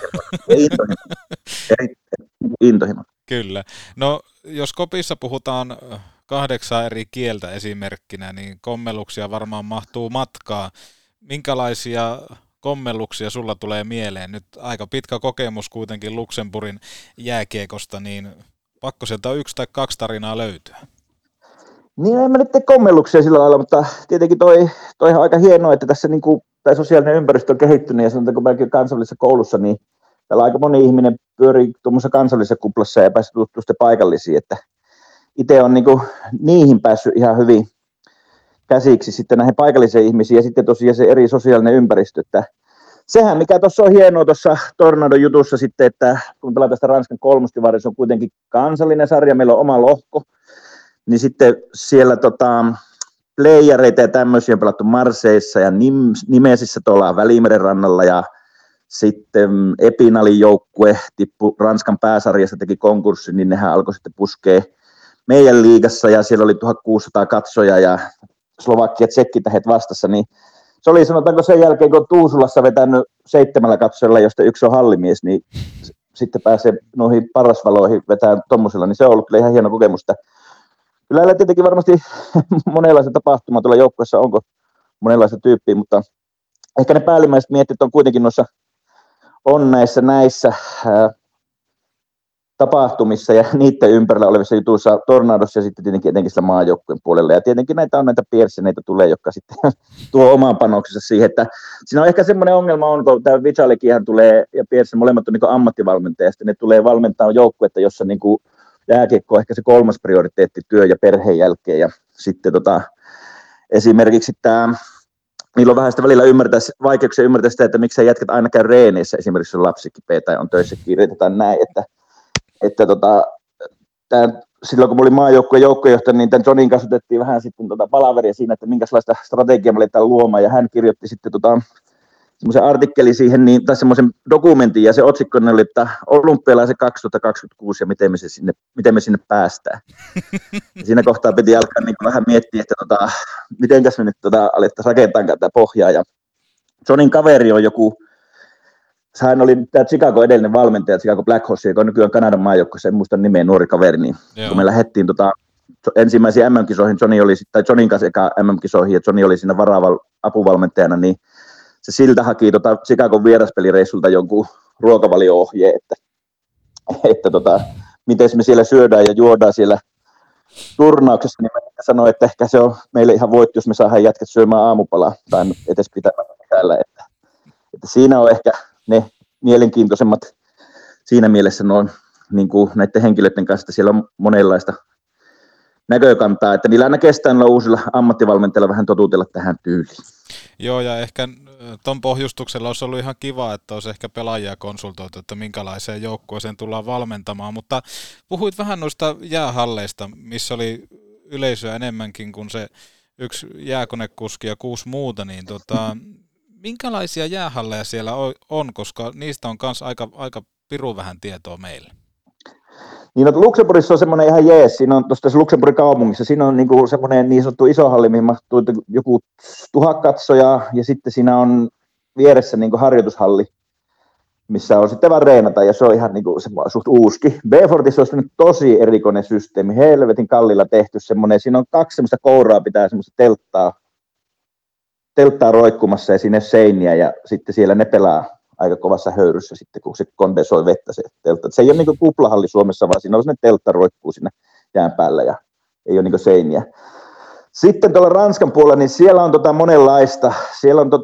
Intohimo. Kyllä. No, jos kopissa puhutaan 8 eri kieltä esimerkkinä, niin kommelluksia varmaan mahtuu matkaa. Minkälaisia kommelluksia sulla tulee mieleen? Nyt aika pitkä kokemus kuitenkin Luxemburgin jääkiekosta, niin pakko sieltä 1 tai 2 tarinaa löytyä. Niin, en mä nyt tee kommelluksia sillä lailla, mutta tietenkin toi on aika hienoa, että tässä tämä sosiaalinen ympäristö on kehittynyt, ja sanotaan, kun mäkin kansallisessa koulussa, niin täällä aika moni ihminen pyörii tuommoisessa kansallisessa kuplassa ja pääsee tuttumaan sitten paikallisiin, että itse on niihin päässyt ihan hyvin käsiksi sitten näihin paikallisiin ihmisiin, ja sitten tosiaan se eri sosiaalinen ympäristö, että sehän mikä tuossa on hienoa tuossa Tornadon jutussa sitten, että kun pelataan tästä Ranskan 3. divaria, se on kuitenkin kansallinen sarja, meillä on oma lohko, niin sitten siellä playereita ja tämmöisiä on pelattu Marseissa ja Nimesissä tuolla Välimeren rannalla, ja sitten Epinalin joukkue tippui Ranskan pääsarjasta, teki konkurssin, niin nehän alkoi sitten puskea meidän liigassa, ja siellä oli 1600 katsoja ja Slovakia tsekkitähet vastassa, niin se oli, sanotaanko sen jälkeen, kun on Tuusulassa vetänyt 7 katsojalla, josta 1 on hallimies, niin sitten pääsee noihin parasvaloihin vetämään tommosella, niin se on ollut kyllä ihan hieno kokemus. Kyllä tietenkin varmasti monenlaisia tapahtumaa tuolla joukkueessa onko monenlaista tyyppiä, mutta ehkä ne päällimmäiset miettit on kuitenkin on näissä tapahtumissa ja niiden ympärillä olevissa jutuissa Tornadossa ja sitten tietenkin etenkin sillä maajoukkueen puolella. Ja tietenkin näitä on näitä Pierseneitä tulee, jotka sitten tuo oman panoksensa siihen, että siinä on ehkä semmoinen ongelma kun tämä Vitalikinhan tulee ja Piersen molemmat on niin ammattivalmentajia, ne tulee valmentaa joukkuetta, jossa niin kuin jääkiekko on ehkä se 3. prioriteetti työ- ja perheen jälkeen. Ja sitten esimerkiksi tämä niillä on vähän sitä välillä vaikeuksia ymmärtää sitä, että miksei jätkät aina käy reeneissä, esimerkiksi jos lapsi kipeä tai on töissä kiireitä tai näin, että silloin kun mä olin maajoukkueen joukkojohtaja, niin tämän Johnin kanssa otettiin vähän sitten palaveria siinä, että minkälaista strategiaa me aletaan luomaan, ja hän kirjoitti sitten semmoisen artikkelin siihen, tai semmoisen dokumentin, ja se otsikko oli, että olympialaiset 2026 ja miten me sinne päästään. Ja siinä kohtaa piti alkaa niin vähän miettiä, että mitenkäs me nyt alettaisiin rakentamaan tätä pohjaa, ja Johnin kaveri on hän oli tämä Chicago edellinen valmentaja, Chicago Blackhawks, joka on nykyään Kanadan maajoukkueessa, en muista nimeä, nuori kaveri, niin kun me lähdettiin ensimmäisiin MM-kisoihin, Johnin kanssa eka MM-kisoihin, ja Johnny oli siinä apuvalmentajana, niin se siltä haki Chicagon vieraspelireissulta jonkun ruokavalio-ohjeen, että miten me siellä syödään ja juodaan siellä turnauksessa, niin mä sanoin, että ehkä se on meille ihan voitto, jos me saadaan jätkät syömään aamupalaa, tai edes pitää täällä, että siinä on ehkä ne mielenkiintoisemmat siinä mielessä niin kuin näiden henkilöiden kanssa, että siellä on monenlaista näkökantaa, että niillä aina kestää uusilla ammattivalmentajilla vähän totutella tähän tyyliin. Joo, ja ehkä ton pohjustuksella olisi ollut ihan kiva, että olisi ehkä pelaajia konsultoitu, että minkälaiseen joukkueeseen tullaan valmentamaan, mutta puhuit vähän noista jäähalleista, missä oli yleisöä enemmänkin kuin se yksi jääkonekuski ja 6 muuta, niin minkälaisia jäähalleja siellä on, koska niistä on myös aika pirun vähän tietoa meille? Niin, Luxemburgissa on semmoinen ihan jees, siinä on tuossa Luxemburgin kaupungissa, siinä on niinku semmoinen niin sanottu iso halli, mihin mahtuu joku 1000 katsojaa, ja sitten siinä on vieressä niinku harjoitushalli, missä on sitten vaan reenata, ja se on ihan niinku suht uuski. B-Fortissa on tosi erikoinen systeemi, helvetin kallilla tehty semmoinen, siinä on 2 semmoista kouraa, pitää semmoista telttaa roikkumassa, ja sinne seiniä, ja sitten siellä ne pelaa aika kovassa höyryssä sitten, kun se kondensoi vettä se teltta. Se ei ole niin kuin kuplahalli Suomessa, vaan siinä on sellainen teltta roikkuu sinne jään päällä ja ei ole niin kuin seiniä. Sitten tuolla Ranskan puolella, niin siellä on monenlaista. Siellä on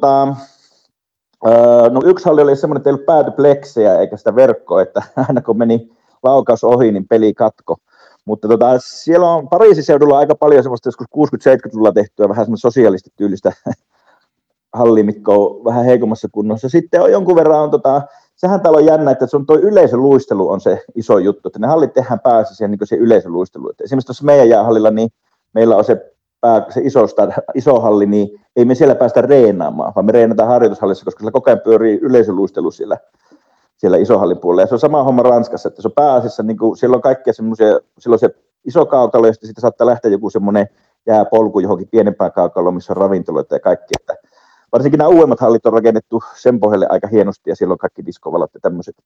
yksi halli oli semmoinen, että ei ollut päätypleksejä eikä sitä verkkoa, että aina kun meni laukaus ohi, niin peli katko. Mutta siellä on Pariisin seudulla aika paljon semmoista joskus 60-70-luvulla tehtyä vähän semmoista sosiaalistityylistä halli, mitkä on vähän heikommassa kunnossa. Sitten on jonkun verran, sehän täällä on jännä, että se on tuo yleisöluistelu on se iso juttu, että ne hallit tehdään pääasiassa niin kuin se yleisöluistelu. Että esimerkiksi tuossa meidän jäähallilla, niin meillä on se iso halli, niin ei me siellä päästä reenaamaan, vaan me reenataan harjoitushallissa, koska siellä koko ajan pyörii yleisöluistelu siellä isohallin puolella. Ja se on sama homma Ranskassa, että se on pääasiassa, niin kuin, siellä on kaikkea semmoisia, silloin se iso kaukalo, ja sitten saattaa lähteä joku semmoinen jääpolku johonkin pienempään kaukaloon, missä on ravintoloita ja kaikki, että varsinkin nämä uudemmat hallit on rakennettu sen pohjalle aika hienosti, ja siellä on kaikki diskovalat ja tämmöiset,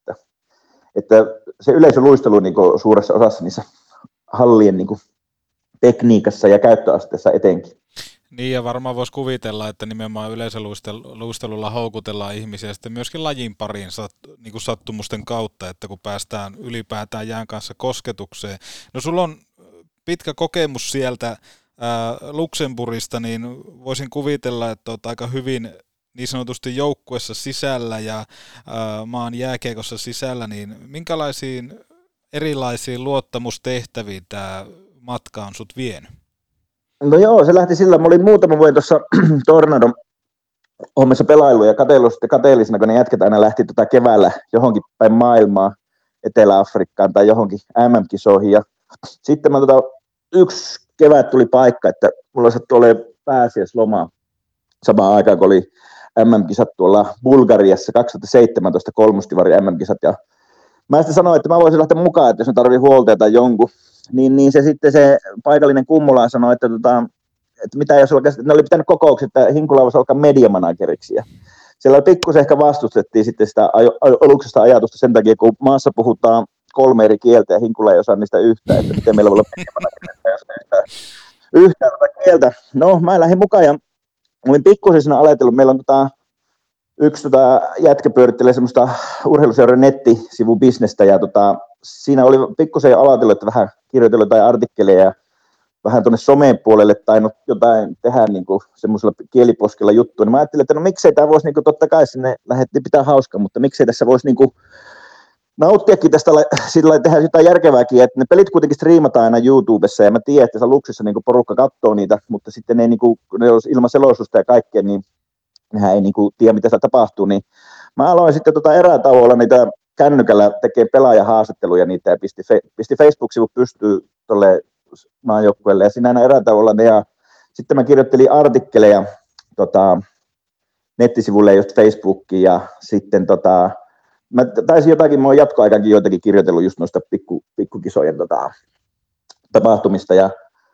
että se yleisöluistelu niin kuin suuressa osassa niissä hallien niin kuin tekniikassa ja käyttöasteessa etenkin. Niin, ja varmaan voisi kuvitella, että nimenomaan yleisöluistelulla houkutellaan ihmisiä sitten myöskin lajin pariin niin kuin sattumusten kautta, että kun päästään ylipäätään jään kanssa kosketukseen. No sulla on pitkä kokemus sieltä Luxemburgista, niin voisin kuvitella, että olet aika hyvin niin sanotusti joukkuessa sisällä ja maan jääkiekossa sisällä, niin minkälaisiin erilaisiin luottamustehtäviin tämä matka on sut vienyt? No joo, se lähti sillä. Mä olin muutama vuoden tuossa Tornadon hommassa pelailu ja katsellut sitten kateellisena, kun ne jätket aina lähti keväällä johonkin päin maailmaa, Etelä-Afrikkaan tai johonkin MM-kisoihin. Ja sitten mä yksi kevät tuli paikka, että mulla sattui olemaan pääsiäisloma samaan aikaan, kun oli MM-kisat tuolla Bulgariassa 2017 kolmostivari MM-kisat. Ja mä sitten sanoin, että mä voisin lähteä mukaan, että jos ne tarvii huolta tai jonkun. Niin se sitten se paikallinen Kummola sanoi, että mitä jos ne oli pitänyt kokoukset, että Hinkula voisi alkaa mediamanageriksi. Ja siellä pikkusen ehkä vastustettiin sitten sitä aluksesta ajatusta sen takia, kun maassa puhutaan 3 eri kieltä ja Hinkula ei osaa niistä yhtään, että miten meillä voi olla mediamanagerista, jos yhtään kieltä. No mä lähdin mukaan ja olin pikkusen siinä ajatellut, meillä on yksi jätkä pyörittelee semmoista urheiluseuran nettisivubisnestä ja siinä oli pikkusen ajatellut, että vähän kirjoitellut jotain artikkeleja ja vähän tuonne someen puolelle tai jotain tehdä niin kuin semmoisella kieliposkella juttua, niin mä ajattelin, että no miksei tämä voisi, niin kuin, totta kai sinne lähdettiin pitää hauskaa, mutta miksei tässä voisi niin kuin nauttiakin tästä, sillä tehdä jotain järkevääkin, että ne pelit kuitenkin striimataan aina YouTubessa ja mä tiedän, että Luxissa niin kuin porukka katsoo niitä, mutta sitten ne, niin kuin, ne olisi ilman selostusta ja kaikkea, niin nehän ei niinku tiedä, mitä siellä tapahtuu, niin mä aloin sitten erätauolla niitä kännykällä tekee pelaajahaastatteluja niitä ja pisti Facebook-sivut pystyy tuolle maajoukkueelle ja siinä aina erätauolla ja sitten mä kirjoittelin artikkeleja nettisivulle just Facebookiin ja sitten mä taisin jotakin, mä oon jatkoaikaankin joitakin kirjoitellut just noista pikkukisojen tapahtumista ja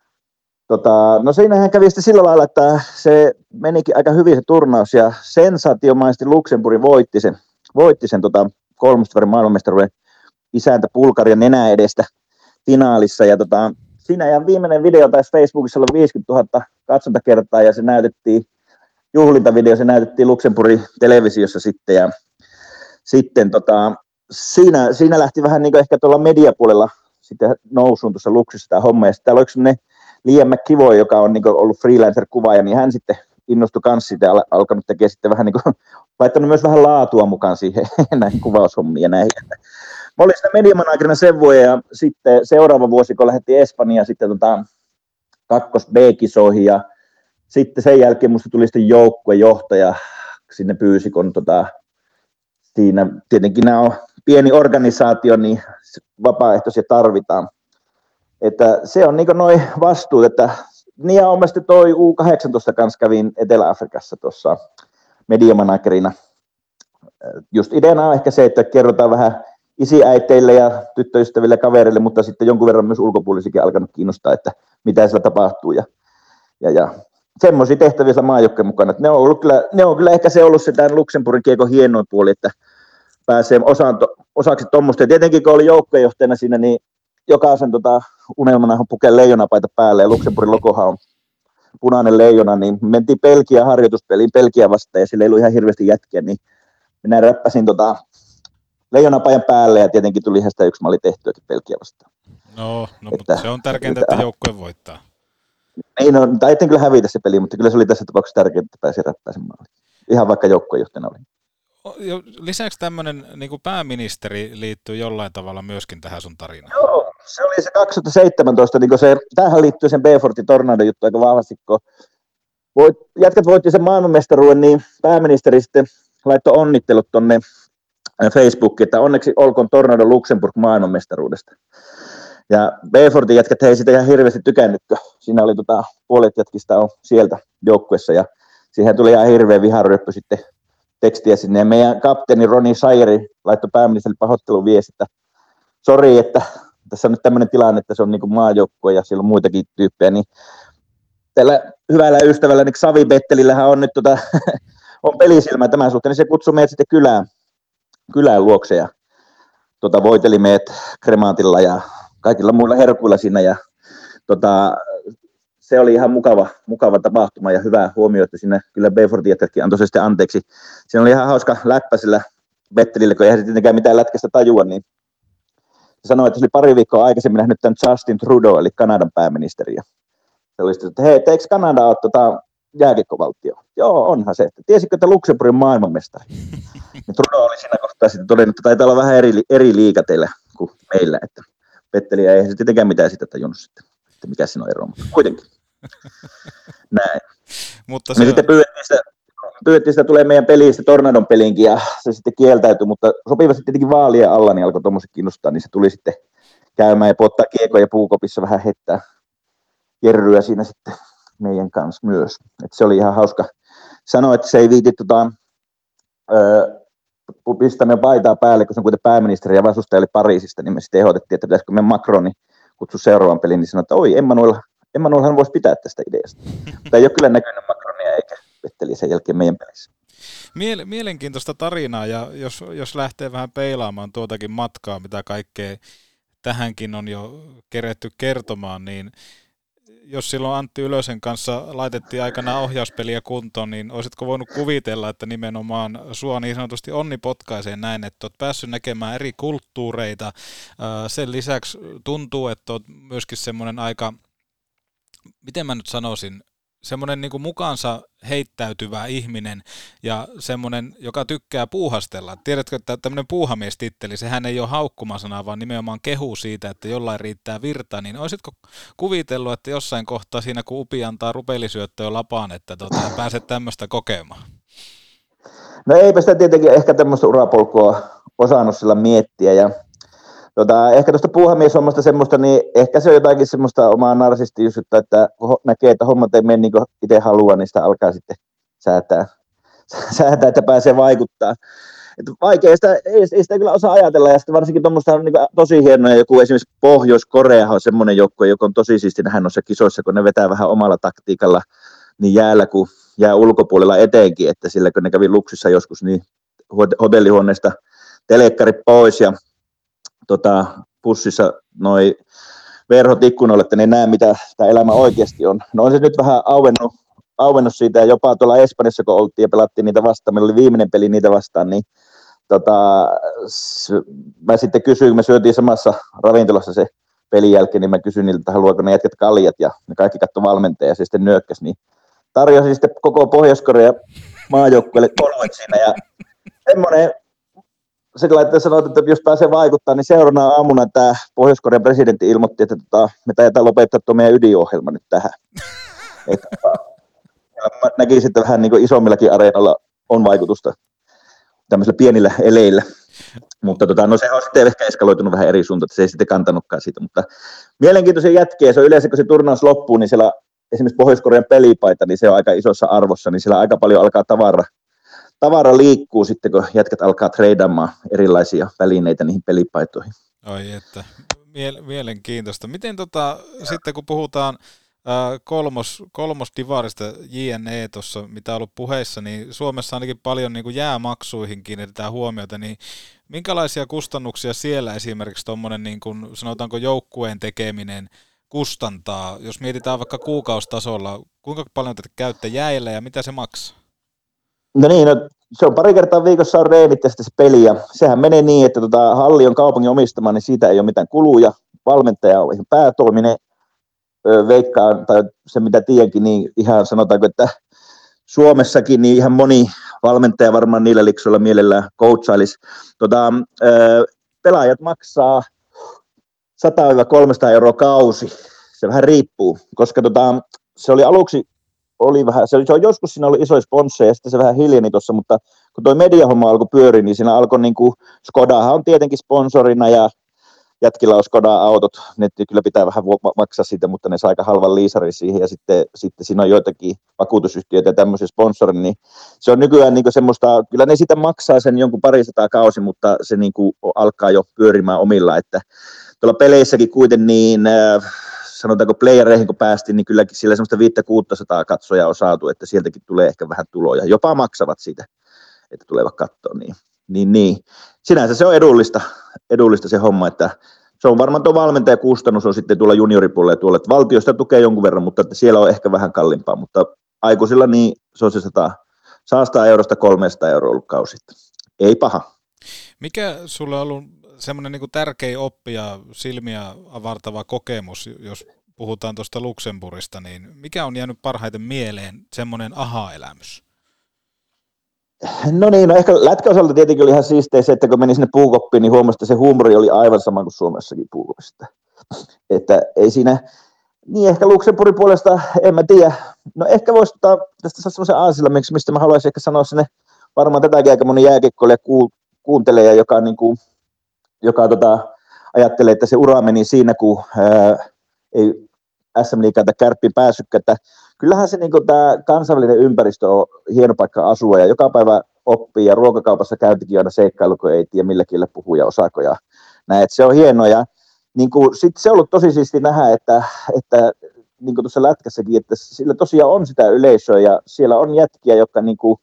no siinähän kävi sitten sillä lailla, että se menikin aika hyvin se turnaus ja sensaatiomaisesti Luxemburg voitti sen 3. maailmanmestaruuden isäntä Bulgarian nenä edestä finaalissa ja siinä ja viimeinen video taisi Facebookissa olla 50 000 katsontakertaa ja se näytettiin, juhlintavideo, se näytettiin Luxemburgin televisiossa sitten ja sitten siinä lähti vähän niin kuin ehkä tuolla mediapuolella sitten nousuun tuossa Luxissa tämä homma ja sitten täällä oli semmoinen Liam McKivoy, joka on niin ollut freelancer-kuvaaja, niin hän sitten innostui kanssa siitä ja alkanut tekemään sitten vähän niin kuin, laittanut myös vähän laatua mukaan siihen näihin kuvaushommiin ja näihin. Mä olin sitä mediamanagerina sen vuoden ja sitten seuraava vuosi, kun lähdettiin Espanjaan sitten 2B-kisoihin ja sitten sen jälkeen musta tuli sitten joukkuejohtaja sinne pyysi, kun siinä tietenkin nämä on pieni organisaatio, niin vapaaehtoisia tarvitaan. Että se on niin kuin noi vastuut, että niin ja omasti toi U18 kanssa kävin Etelä-Afrikassa tuossa mediamanagerina. Just ideana on ehkä se, että kerrotaan vähän isiäiteille ja tyttöystäville ja kavereille, mutta sitten jonkun verran myös ulkopuolisikin alkanut kiinnostaa, että mitä siellä tapahtuu. Ja semmoisia tehtäviä maajoukkojen mukana. Että ne on kyllä ehkä se ollut se tämän Luxemburgin kiekon hienoin puoli, että pääsee osaksi tuommoista. Ja tietenkin kun oli joukkojenjohtajana siinä, niin jokaisen unelmana on pukea leijonapaita päälle ja Luxemburgin logohan on punainen leijona, niin mentiin Belgian harjoituspeliin Belgia vastaan ja sillä ei ollut ihan hirveästi jätkiä, niin minä räppäsin leijonapajan päälle ja tietenkin tuli ihan sitä 1 maali tehtyäkin Belgia vastaan. No mutta se on tärkeintä, että joukkue voittaa. Ei tai etten kyllä hävitä se peli, mutta kyllä se oli tässä tapauksessa tärkeintä, että pääsi räppäisemään maaliin. Ihan vaikka joukkuejohtajana oli. Lisäksi tämmöinen niin kuin pääministeri liittyy jollain tavalla myöskin tähän sun tarinaan. Joo, se oli se 2017, niin tähän liittyy sen B-Fortin Tornado juttu aika vahvasti, kun jätkät voitti sen maailmanmestaruuden, niin pääministeri sitten laittoi onnittelut tonne Facebookiin, että onneksi olkoon Tornado Luxemburg maailmanmestaruudesta. Ja B-Fortin jätkät ei sitä ihan hirveästi tykännytkö. Siinä oli puolet jätkistä on sieltä joukkuessa ja siihen tuli ihan hirveä viharyöppy sitten tekstiä sinne. Ja meidän kapteeni Ronnie Sayeri laittoi pääministerille pahoittelun viesti, että sori, että tässä on nyt tämmöinen tilanne, että se on niin kuin maajoukkue ja siellä on muitakin tyyppejä. Niin tällä hyvällä ystävällä niin Xavi Bettelillähän on nyt on pelisilmä tämän suhteen, niin se kutsui meidät sitten kylään luokse ja voiteli meidät kremaatilla ja kaikilla muilla herkuilla siinä ja se oli ihan mukava tapahtuma ja hyvä huomio, että siinä kyllä B-Fortin jätkätkin antoi se sitten anteeksi. Siinä oli ihan hauska läppä sillä Bettelillä, kun eihän se tietenkään mitään lätkästä tajua, niin se sanoi, että se oli pari viikkoa aikaisemmin nähnyt tämän Justin Trudeau, eli Kanadan pääministeri. Se oli sitten, että hei, eikö Kanada ole jääkiekkovaltio? Joo, onhan se. Tiesitkö, että Luxemburg on maailmanmestari? Ja Trudeau oli siinä kohtaa sitten todennut, että taitaa olla vähän eri liiga teillä kuin meillä, että Betteli ei se tietenkään mitään sitä tajunnut sitten, että mikä siinä on ero, mutta kuitenkin. Näin. Mutta me sitten pyydettiin sitä tulee meidän peliin, sitä Tornadon peliinkin, ja se sitten kieltäytyi, mutta sopivasti tietenkin vaalien alla niin alkoi tuommoiset kiinnostaa, niin se tuli sitten käymään ja pottaa kiekon ja puukopissa vähän heittää jerryä siinä sitten meidän kanssa myös. Et se oli ihan hauska. Sanoi, että se ei viiti pistää meidän paitaa päälle, kun se on kuitenkin pääministeri ja vastustaja oli Pariisista, niin me sitten ehdotettiin, että pitäisikö me Macroni kutsua seuraavan pelin, niin sanoi, että oi, Emmanuelhan voisi pitää tästä ideasta. Mutta ei ole kyllä näkynyt Macronia eikä Vetteliä sen jälkeen meidän pelissä. Mielenkiintoista tarinaa, ja jos lähtee vähän peilaamaan tuotakin matkaa, mitä kaikkea tähänkin on jo keretty kertomaan, niin jos silloin Antti Ylösen kanssa laitettiin aikanaan ohjauspeliä kuntoon, niin olisitko voinut kuvitella, että nimenomaan sua niin sanotusti onni potkaisee näin, että olet päässyt näkemään eri kulttuureita. Sen lisäksi tuntuu, että olet myöskin semmoinen aika, miten mä nyt sanoisin, semmoinen niin kuin mukaansa heittäytyvä ihminen ja semmoinen, joka tykkää puuhastella. Tiedätkö, että tämmöinen puuhamiestitteli, sehän ei ole haukkumasana, vaan nimenomaan kehu siitä, että jollain riittää virta, niin olisitko kuvitellut, että jossain kohtaa siinä, kun Upi antaa rupelisyöttöä lapaan, että pääset tämmöistä kokemaan? No eipä sitä tietenkin ehkä tämmöistä urapolkua osannut sillä miettiä. Ja ehkä tuosta puuhamieshommasta semmoista, niin ehkä se on jotakin semmoista omaa narsistiisuutta, että kun näkee, että hommat ei mene niin kuin itse haluaa, niin sitä alkaa sitten säätää että pääsee vaikuttaa. Että vaikea sitä, ei sitä kyllä osaa ajatella, ja sitten varsinkin tuommoista on niin tosi hienoja, joku esimerkiksi Pohjois-Korea on semmoinen joukkue, joka on tosi siisti nähdä noissa kisoissa, kun ne vetää vähän omalla taktiikalla niin jäällä kuin jää ulkopuolella eteenkin, että sillä kun ne kävi Luksissa joskus, niin hotellihuoneesta telekkari pois ja pussissa noi verhot ikkunoille, että ne näe, mitä tämä elämä oikeasti on. No on se nyt vähän auennut siitä, ja jopa tuolla Espanjassa, kun oltiin ja pelattiin niitä vastaan, meillä oli viimeinen peli niitä vastaan, niin mä sitten kysyin, kun me syötiin samassa ravintolassa se pelin jälkeen, niin mä kysyin niiltä, että haluaako ne jätkät kaljat, ja ne kaikki katsoi valmentaja, ja se sitten nyökkäsi, niin tarjosi sitten koko Pohjois-Korea maajoukkueelle kolmet siinä, ja semmoinen, sillä että sanoit, että jos pääsee vaikuttaa, niin seuraavana aamuna tämä Pohjois-Korean presidentti ilmoitti, että me taitaa lopettaa tuo meidän ydinohjelma nyt tähän. Mä näkisin, että vähän niin kuin isommillakin areenalla on vaikutusta tämmöisillä pienillä eleillä. Mutta no se on sitten ehkä eskaloitunut vähän eri suuntaan, että se ei sitten kantanutkaan siitä. Mutta mielenkiintoisia jätkiä, se on yleensä, kun se turnaus loppuu, niin siellä esimerkiksi Pohjois-Korean pelipaita, niin se on aika isossa arvossa, niin siellä aika paljon alkaa tavara liikkuu sitten, kun jätkät alkaa treidaamaan erilaisia välineitä niihin pelipaitoihin. Oi että, mielenkiintoista. Miten sitten kun puhutaan kolmosdivarista JNE tuossa, mitä on ollut puheissa, niin Suomessa ainakin paljon niin kuin jäämaksuihin kiinnitetään huomiota, niin minkälaisia kustannuksia siellä esimerkiksi tuommoinen niin kuin sanotaanko joukkueen tekeminen kustantaa, jos mietitään vaikka kuukausitasolla, kuinka paljon tätä käytte jäillä ja mitä se maksaa? No niin, se on pari kertaa viikossa on reenit ja sitten se peli, ja sehän menee niin, että halli on kaupungin omistama, niin siitä ei ole mitään kuluja, valmentaja on ihan päätoiminen, veikkaan, tai se mitä tiedänkin, niin ihan sanotaanko, että Suomessakin niin ihan moni valmentaja varmaan niillä liksoilla mielellään coachailisi. Pelaajat maksaa 100-300 € kausi, se vähän riippuu, koska se oli aluksi, se on joskus siinä oli isoja sponsseja, ja sitten se vähän hiljeni tuossa, mutta kun tuo mediahomma alkoi pyöriä, niin siinä alkoi Skodahan on tietenkin sponsorina, ja jätkillä on Skoda-autot, ne kyllä pitää vähän maksaa siitä, mutta ne saa aika halvan liisarin siihen, ja sitten siinä on joitakin vakuutusyhtiöitä ja tämmöisiä sponsoreja, niin se on nykyään semmoista, kyllä ne sitä maksaa sen jonkun 200 kausi, mutta se alkaa jo pyörimään omilla, että tuolla peleissäkin kuitenkin niin, sanotaanko playereihin kun päästiin, niin kylläkin sillä semmoista 500-600 katsojaa on saatu, että sieltäkin tulee ehkä vähän tuloja, jopa maksavat siitä, että tulevat katsoa, niin. Sinänsä se on edullista se homma, että se on varmaan tuo valmentajakustannus on sitten tuolla junioripuolella ja tuolla, että valtiosta tukee jonkun verran, mutta että siellä on ehkä vähän kalliimpaa, mutta aikuisilla niin se on se 100 eurosta 300 € ollut kausi, ei paha. Mikä sulle on ollut semmoinen niin kuin tärkein oppi ja silmiä avartava kokemus, jos puhutaan tuosta Luxemburgista, niin mikä on jäänyt parhaiten mieleen semmoinen aha-elämys? No niin, ehkä lätkäosalta tietenkin oli ihan siistiä se, että kun meni sinne puukoppiin, niin huomasi, että se huumori oli aivan sama kuin Suomessakin puukopista. Että ei siinä, niin ehkä Luxemburgin puolesta, en mä tiedä. No ehkä voisi tästä saada semmoisen aasilammiksi, mistä mä haluaisin ehkä sanoa sinne, varmaan tätäkin aika moni jääkiekkoilija kuuntelee, joka ajattelee, että se ura meni siinä, kun ei SM-liigaan tai Kärppiin päässytkään, että kyllähän se tämä kansainvälinen ympäristö on hieno paikka asua ja joka päivä oppii ja ruokakaupassa käyntikin aina seikkailu, kun ei tiedä millä kielellä puhuu ja osaako ja näin, että se on hienoa ja sitten se on ollut tosi siisti nähdä, että niin kuin tuossa lätkässäkin, että sillä tosiaan on sitä yleisöä ja siellä on jätkiä, jotka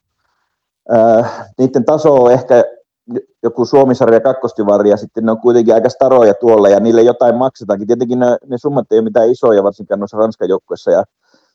niiden taso on ehkä joku Suomisarja kakkostivari ja sitten ne on kuitenkin aika staroja tuolla ja niille jotain maksetaankin. Tietenkin ne summat ei ole mitään isoja, varsinkaan noissa Ranskan joukkueissa ja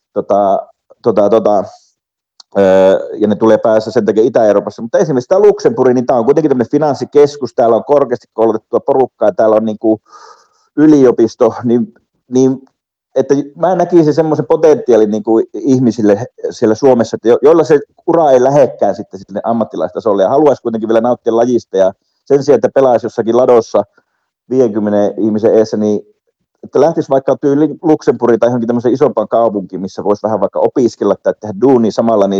ja ne tulee päässä sen takia Itä-Euroopassa, mutta esimerkiksi tämä Luxemburg, niin tämä on kuitenkin tämmöinen finanssikeskus, täällä on korkeasti koulutettua porukkaa, täällä on yliopisto, niin että mä näkisin semmoisen potentiaalin ihmisille siellä Suomessa, että joilla se ura ei lähekkään sitten ammattilaistasolle ja haluaisi kuitenkin vielä nauttia lajista ja sen sijaan, että pelaisi jossakin ladossa 50 ihmisen eessä, niin että lähtisi vaikka tyyliin Luxemburgiin tai johonkin tämmöiseen isompaan kaupunkiin, missä voisi vähän vaikka opiskella tai tehdä duunia samalla, niin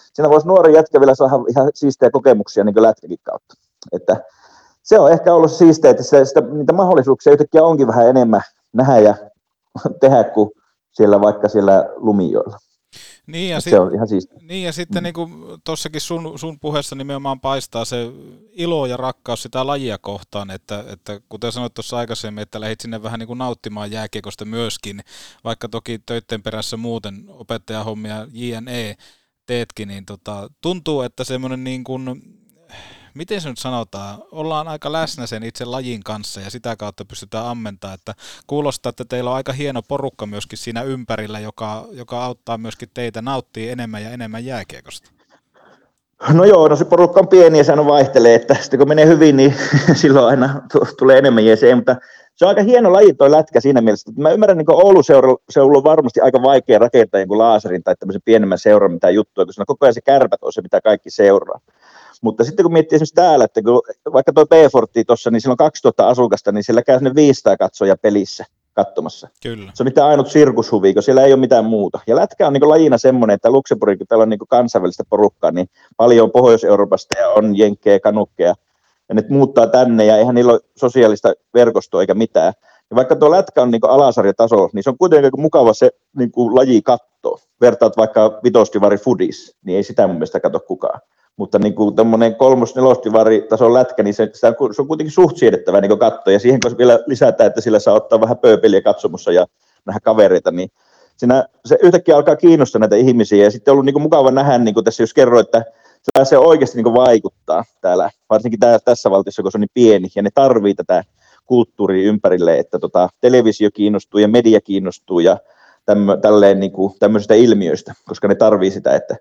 siinä voisi nuori jätkä vielä saada ihan siistejä kokemuksia niin lätkäkin kautta. Että se on ehkä ollut siistiä, että niitä mahdollisuuksia yhtäkkiä onkin vähän enemmän nähdä ja tehdä kuin vaikka siellä Lumijoilla. Se on ihan siistiä. Niin ja sitten niin kuin tuossakin sun puheessa nimenomaan paistaa se ilo ja rakkaus sitä lajia kohtaan, että kuten sanoit tuossa aikaisemmin, että lähdit sinne vähän niin kuin nauttimaan jääkiekosta myöskin, vaikka toki töitten perässä muuten opettajahommia JNE teetkin, niin tuntuu, että semmoinen niin kuin, miten se nyt sanotaan, ollaan aika läsnä sen itse lajin kanssa ja sitä kautta pystytään ammentamaan, että kuulostaa, että teillä on aika hieno porukka myöskin siinä ympärillä, joka auttaa myöskin teitä nauttii enemmän ja enemmän jääkiekosta. No joo, no se porukka on pieni ja se aina vaihtelee, että sitten kun menee hyvin, niin silloin aina tulee enemmän jeeseen, mutta se on aika hieno laji toi lätkä siinä mielessä, että mä ymmärrän, niin Oulun seudulla on varmasti aika vaikea rakentaa jonkun laaserin tai tämmöisen pienemmän seuran mitään juttua, koska koko ajan se kärpät on se, mitä kaikki seuraa. Mutta sitten kun miettii esimerkiksi täällä, että kun vaikka tuo B-Fortti tuossa, niin siellä on 2000 asukasta, niin siellä käy sinne 500 katsoja pelissä katsomassa. Kyllä. Se on mitään ainut sirkushuvi, kun siellä ei ole mitään muuta. Ja lätkä on niin lajina semmoinen, että Luxemburgin, kun täällä on niin kansainvälistä porukkaa, niin paljon on Pohjois-Euroopasta ja on jenkkejä, kanukkeja, ja ne muuttaa tänne, ja eihän niillä ole sosiaalista verkostoa eikä mitään. Ja vaikka tuo lätkä on niin alasarjataso, niin se on kuitenkin mukava se niin laji katsoa. Vertaat vaikka vitosdivari foodies, niin ei sitä mun mielestä katso kukaan. Mutta niin kuin tämmöinen 3-4 tason lätkä, niin se on kuitenkin suht siedettävää niin katsoa. Ja siihen kun vielä lisätään, että sillä saa ottaa vähän pööpeliä katsomussa ja nähdä kavereita, niin siinä se yhtäkkiä alkaa kiinnostaa näitä ihmisiä. Ja sitten on ollut niin kuin mukava nähdä, niin kuin tässä jos kerroin, että se pääsee oikeasti niin kuin vaikuttaa täällä, varsinkin tässä valtiossa, kun se on niin pieni. Ja ne tarvii tätä kulttuuria ympärille, että televisio kiinnostuu ja media kiinnostuu ja tälleen niin kuin tämmöisistä ilmiöistä, koska ne tarvii sitä, että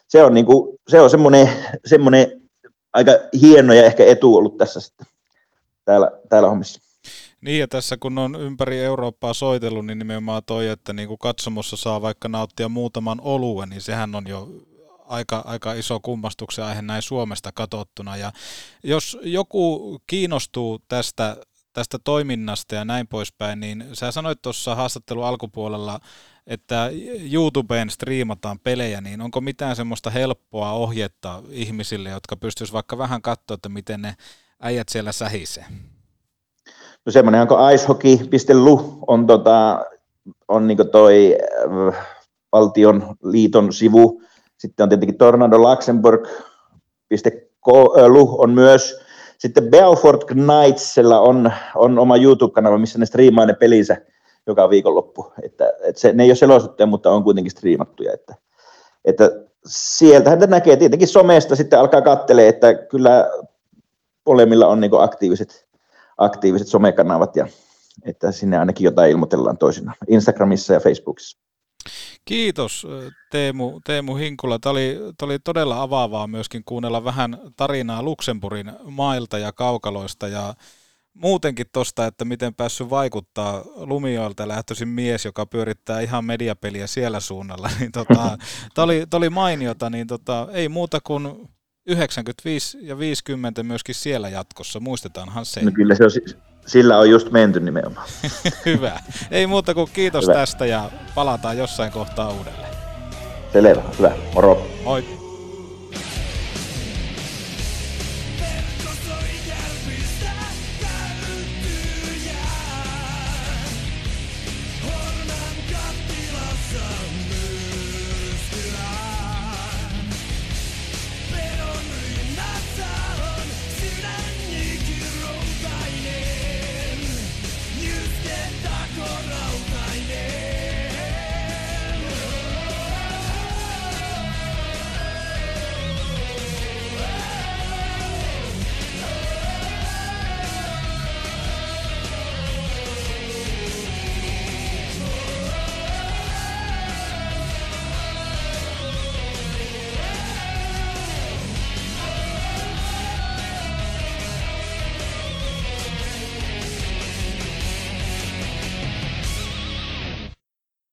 se on semmoinen aika hieno ja ehkä etu ollut tässä sitten täällä hommissa. Niin ja tässä kun on ympäri Eurooppaa soitellut, niin nimenomaan toi, että niin kuin katsomossa saa vaikka nauttia muutaman oluen, niin sehän on jo aika iso kummastuksen aihe näin Suomesta katsottuna. Ja jos joku kiinnostuu tästä toiminnasta ja näin poispäin, niin sä sanoit tuossa haastattelun alkupuolella, että YouTubeen striimataan pelejä, niin onko mitään semmoista helppoa ohjetta ihmisille, jotka pystyisivät vaikka vähän katsoa, että miten ne äijät siellä sähisee? No semmoinen onko icehockey.lu on niinku toi valtion liiton sivu. Sitten on tietenkin tornadoluxemburg.lu on myös. Sitten Beaufort Knightsella on oma YouTube-kanava, missä ne striimaa ne pelinsä joka viikonloppu. Ne ei ole selostettuja, mutta on kuitenkin striimattuja. Että sieltähän te näkee, tietenkin somesta sitten alkaa kattelee, että kyllä molemmilla on niinku aktiiviset somekanavat, ja että sinne ainakin jotain ilmoitellaan toisinaan Instagramissa ja Facebookissa. Kiitos Teemu Hinkula. Tämä oli todella avaavaa myöskin kuunnella vähän tarinaa Luxemburgin mailta ja kaukaloista ja muutenkin tuosta, että miten päässyt vaikuttaa Lumijoelta lähtöisin mies, joka pyörittää ihan mediapeliä siellä suunnalla. Niin tämä oli mainiota, niin ei muuta kuin 95 ja 50 myöskin siellä jatkossa. Muistetaanhan se. No kyllä sillä on just menty nimenomaan. Hyvä. Ei muuta kuin kiitos tästä ja palataan jossain kohtaa uudelleen. Selvä, hyvä. Moro. Moi.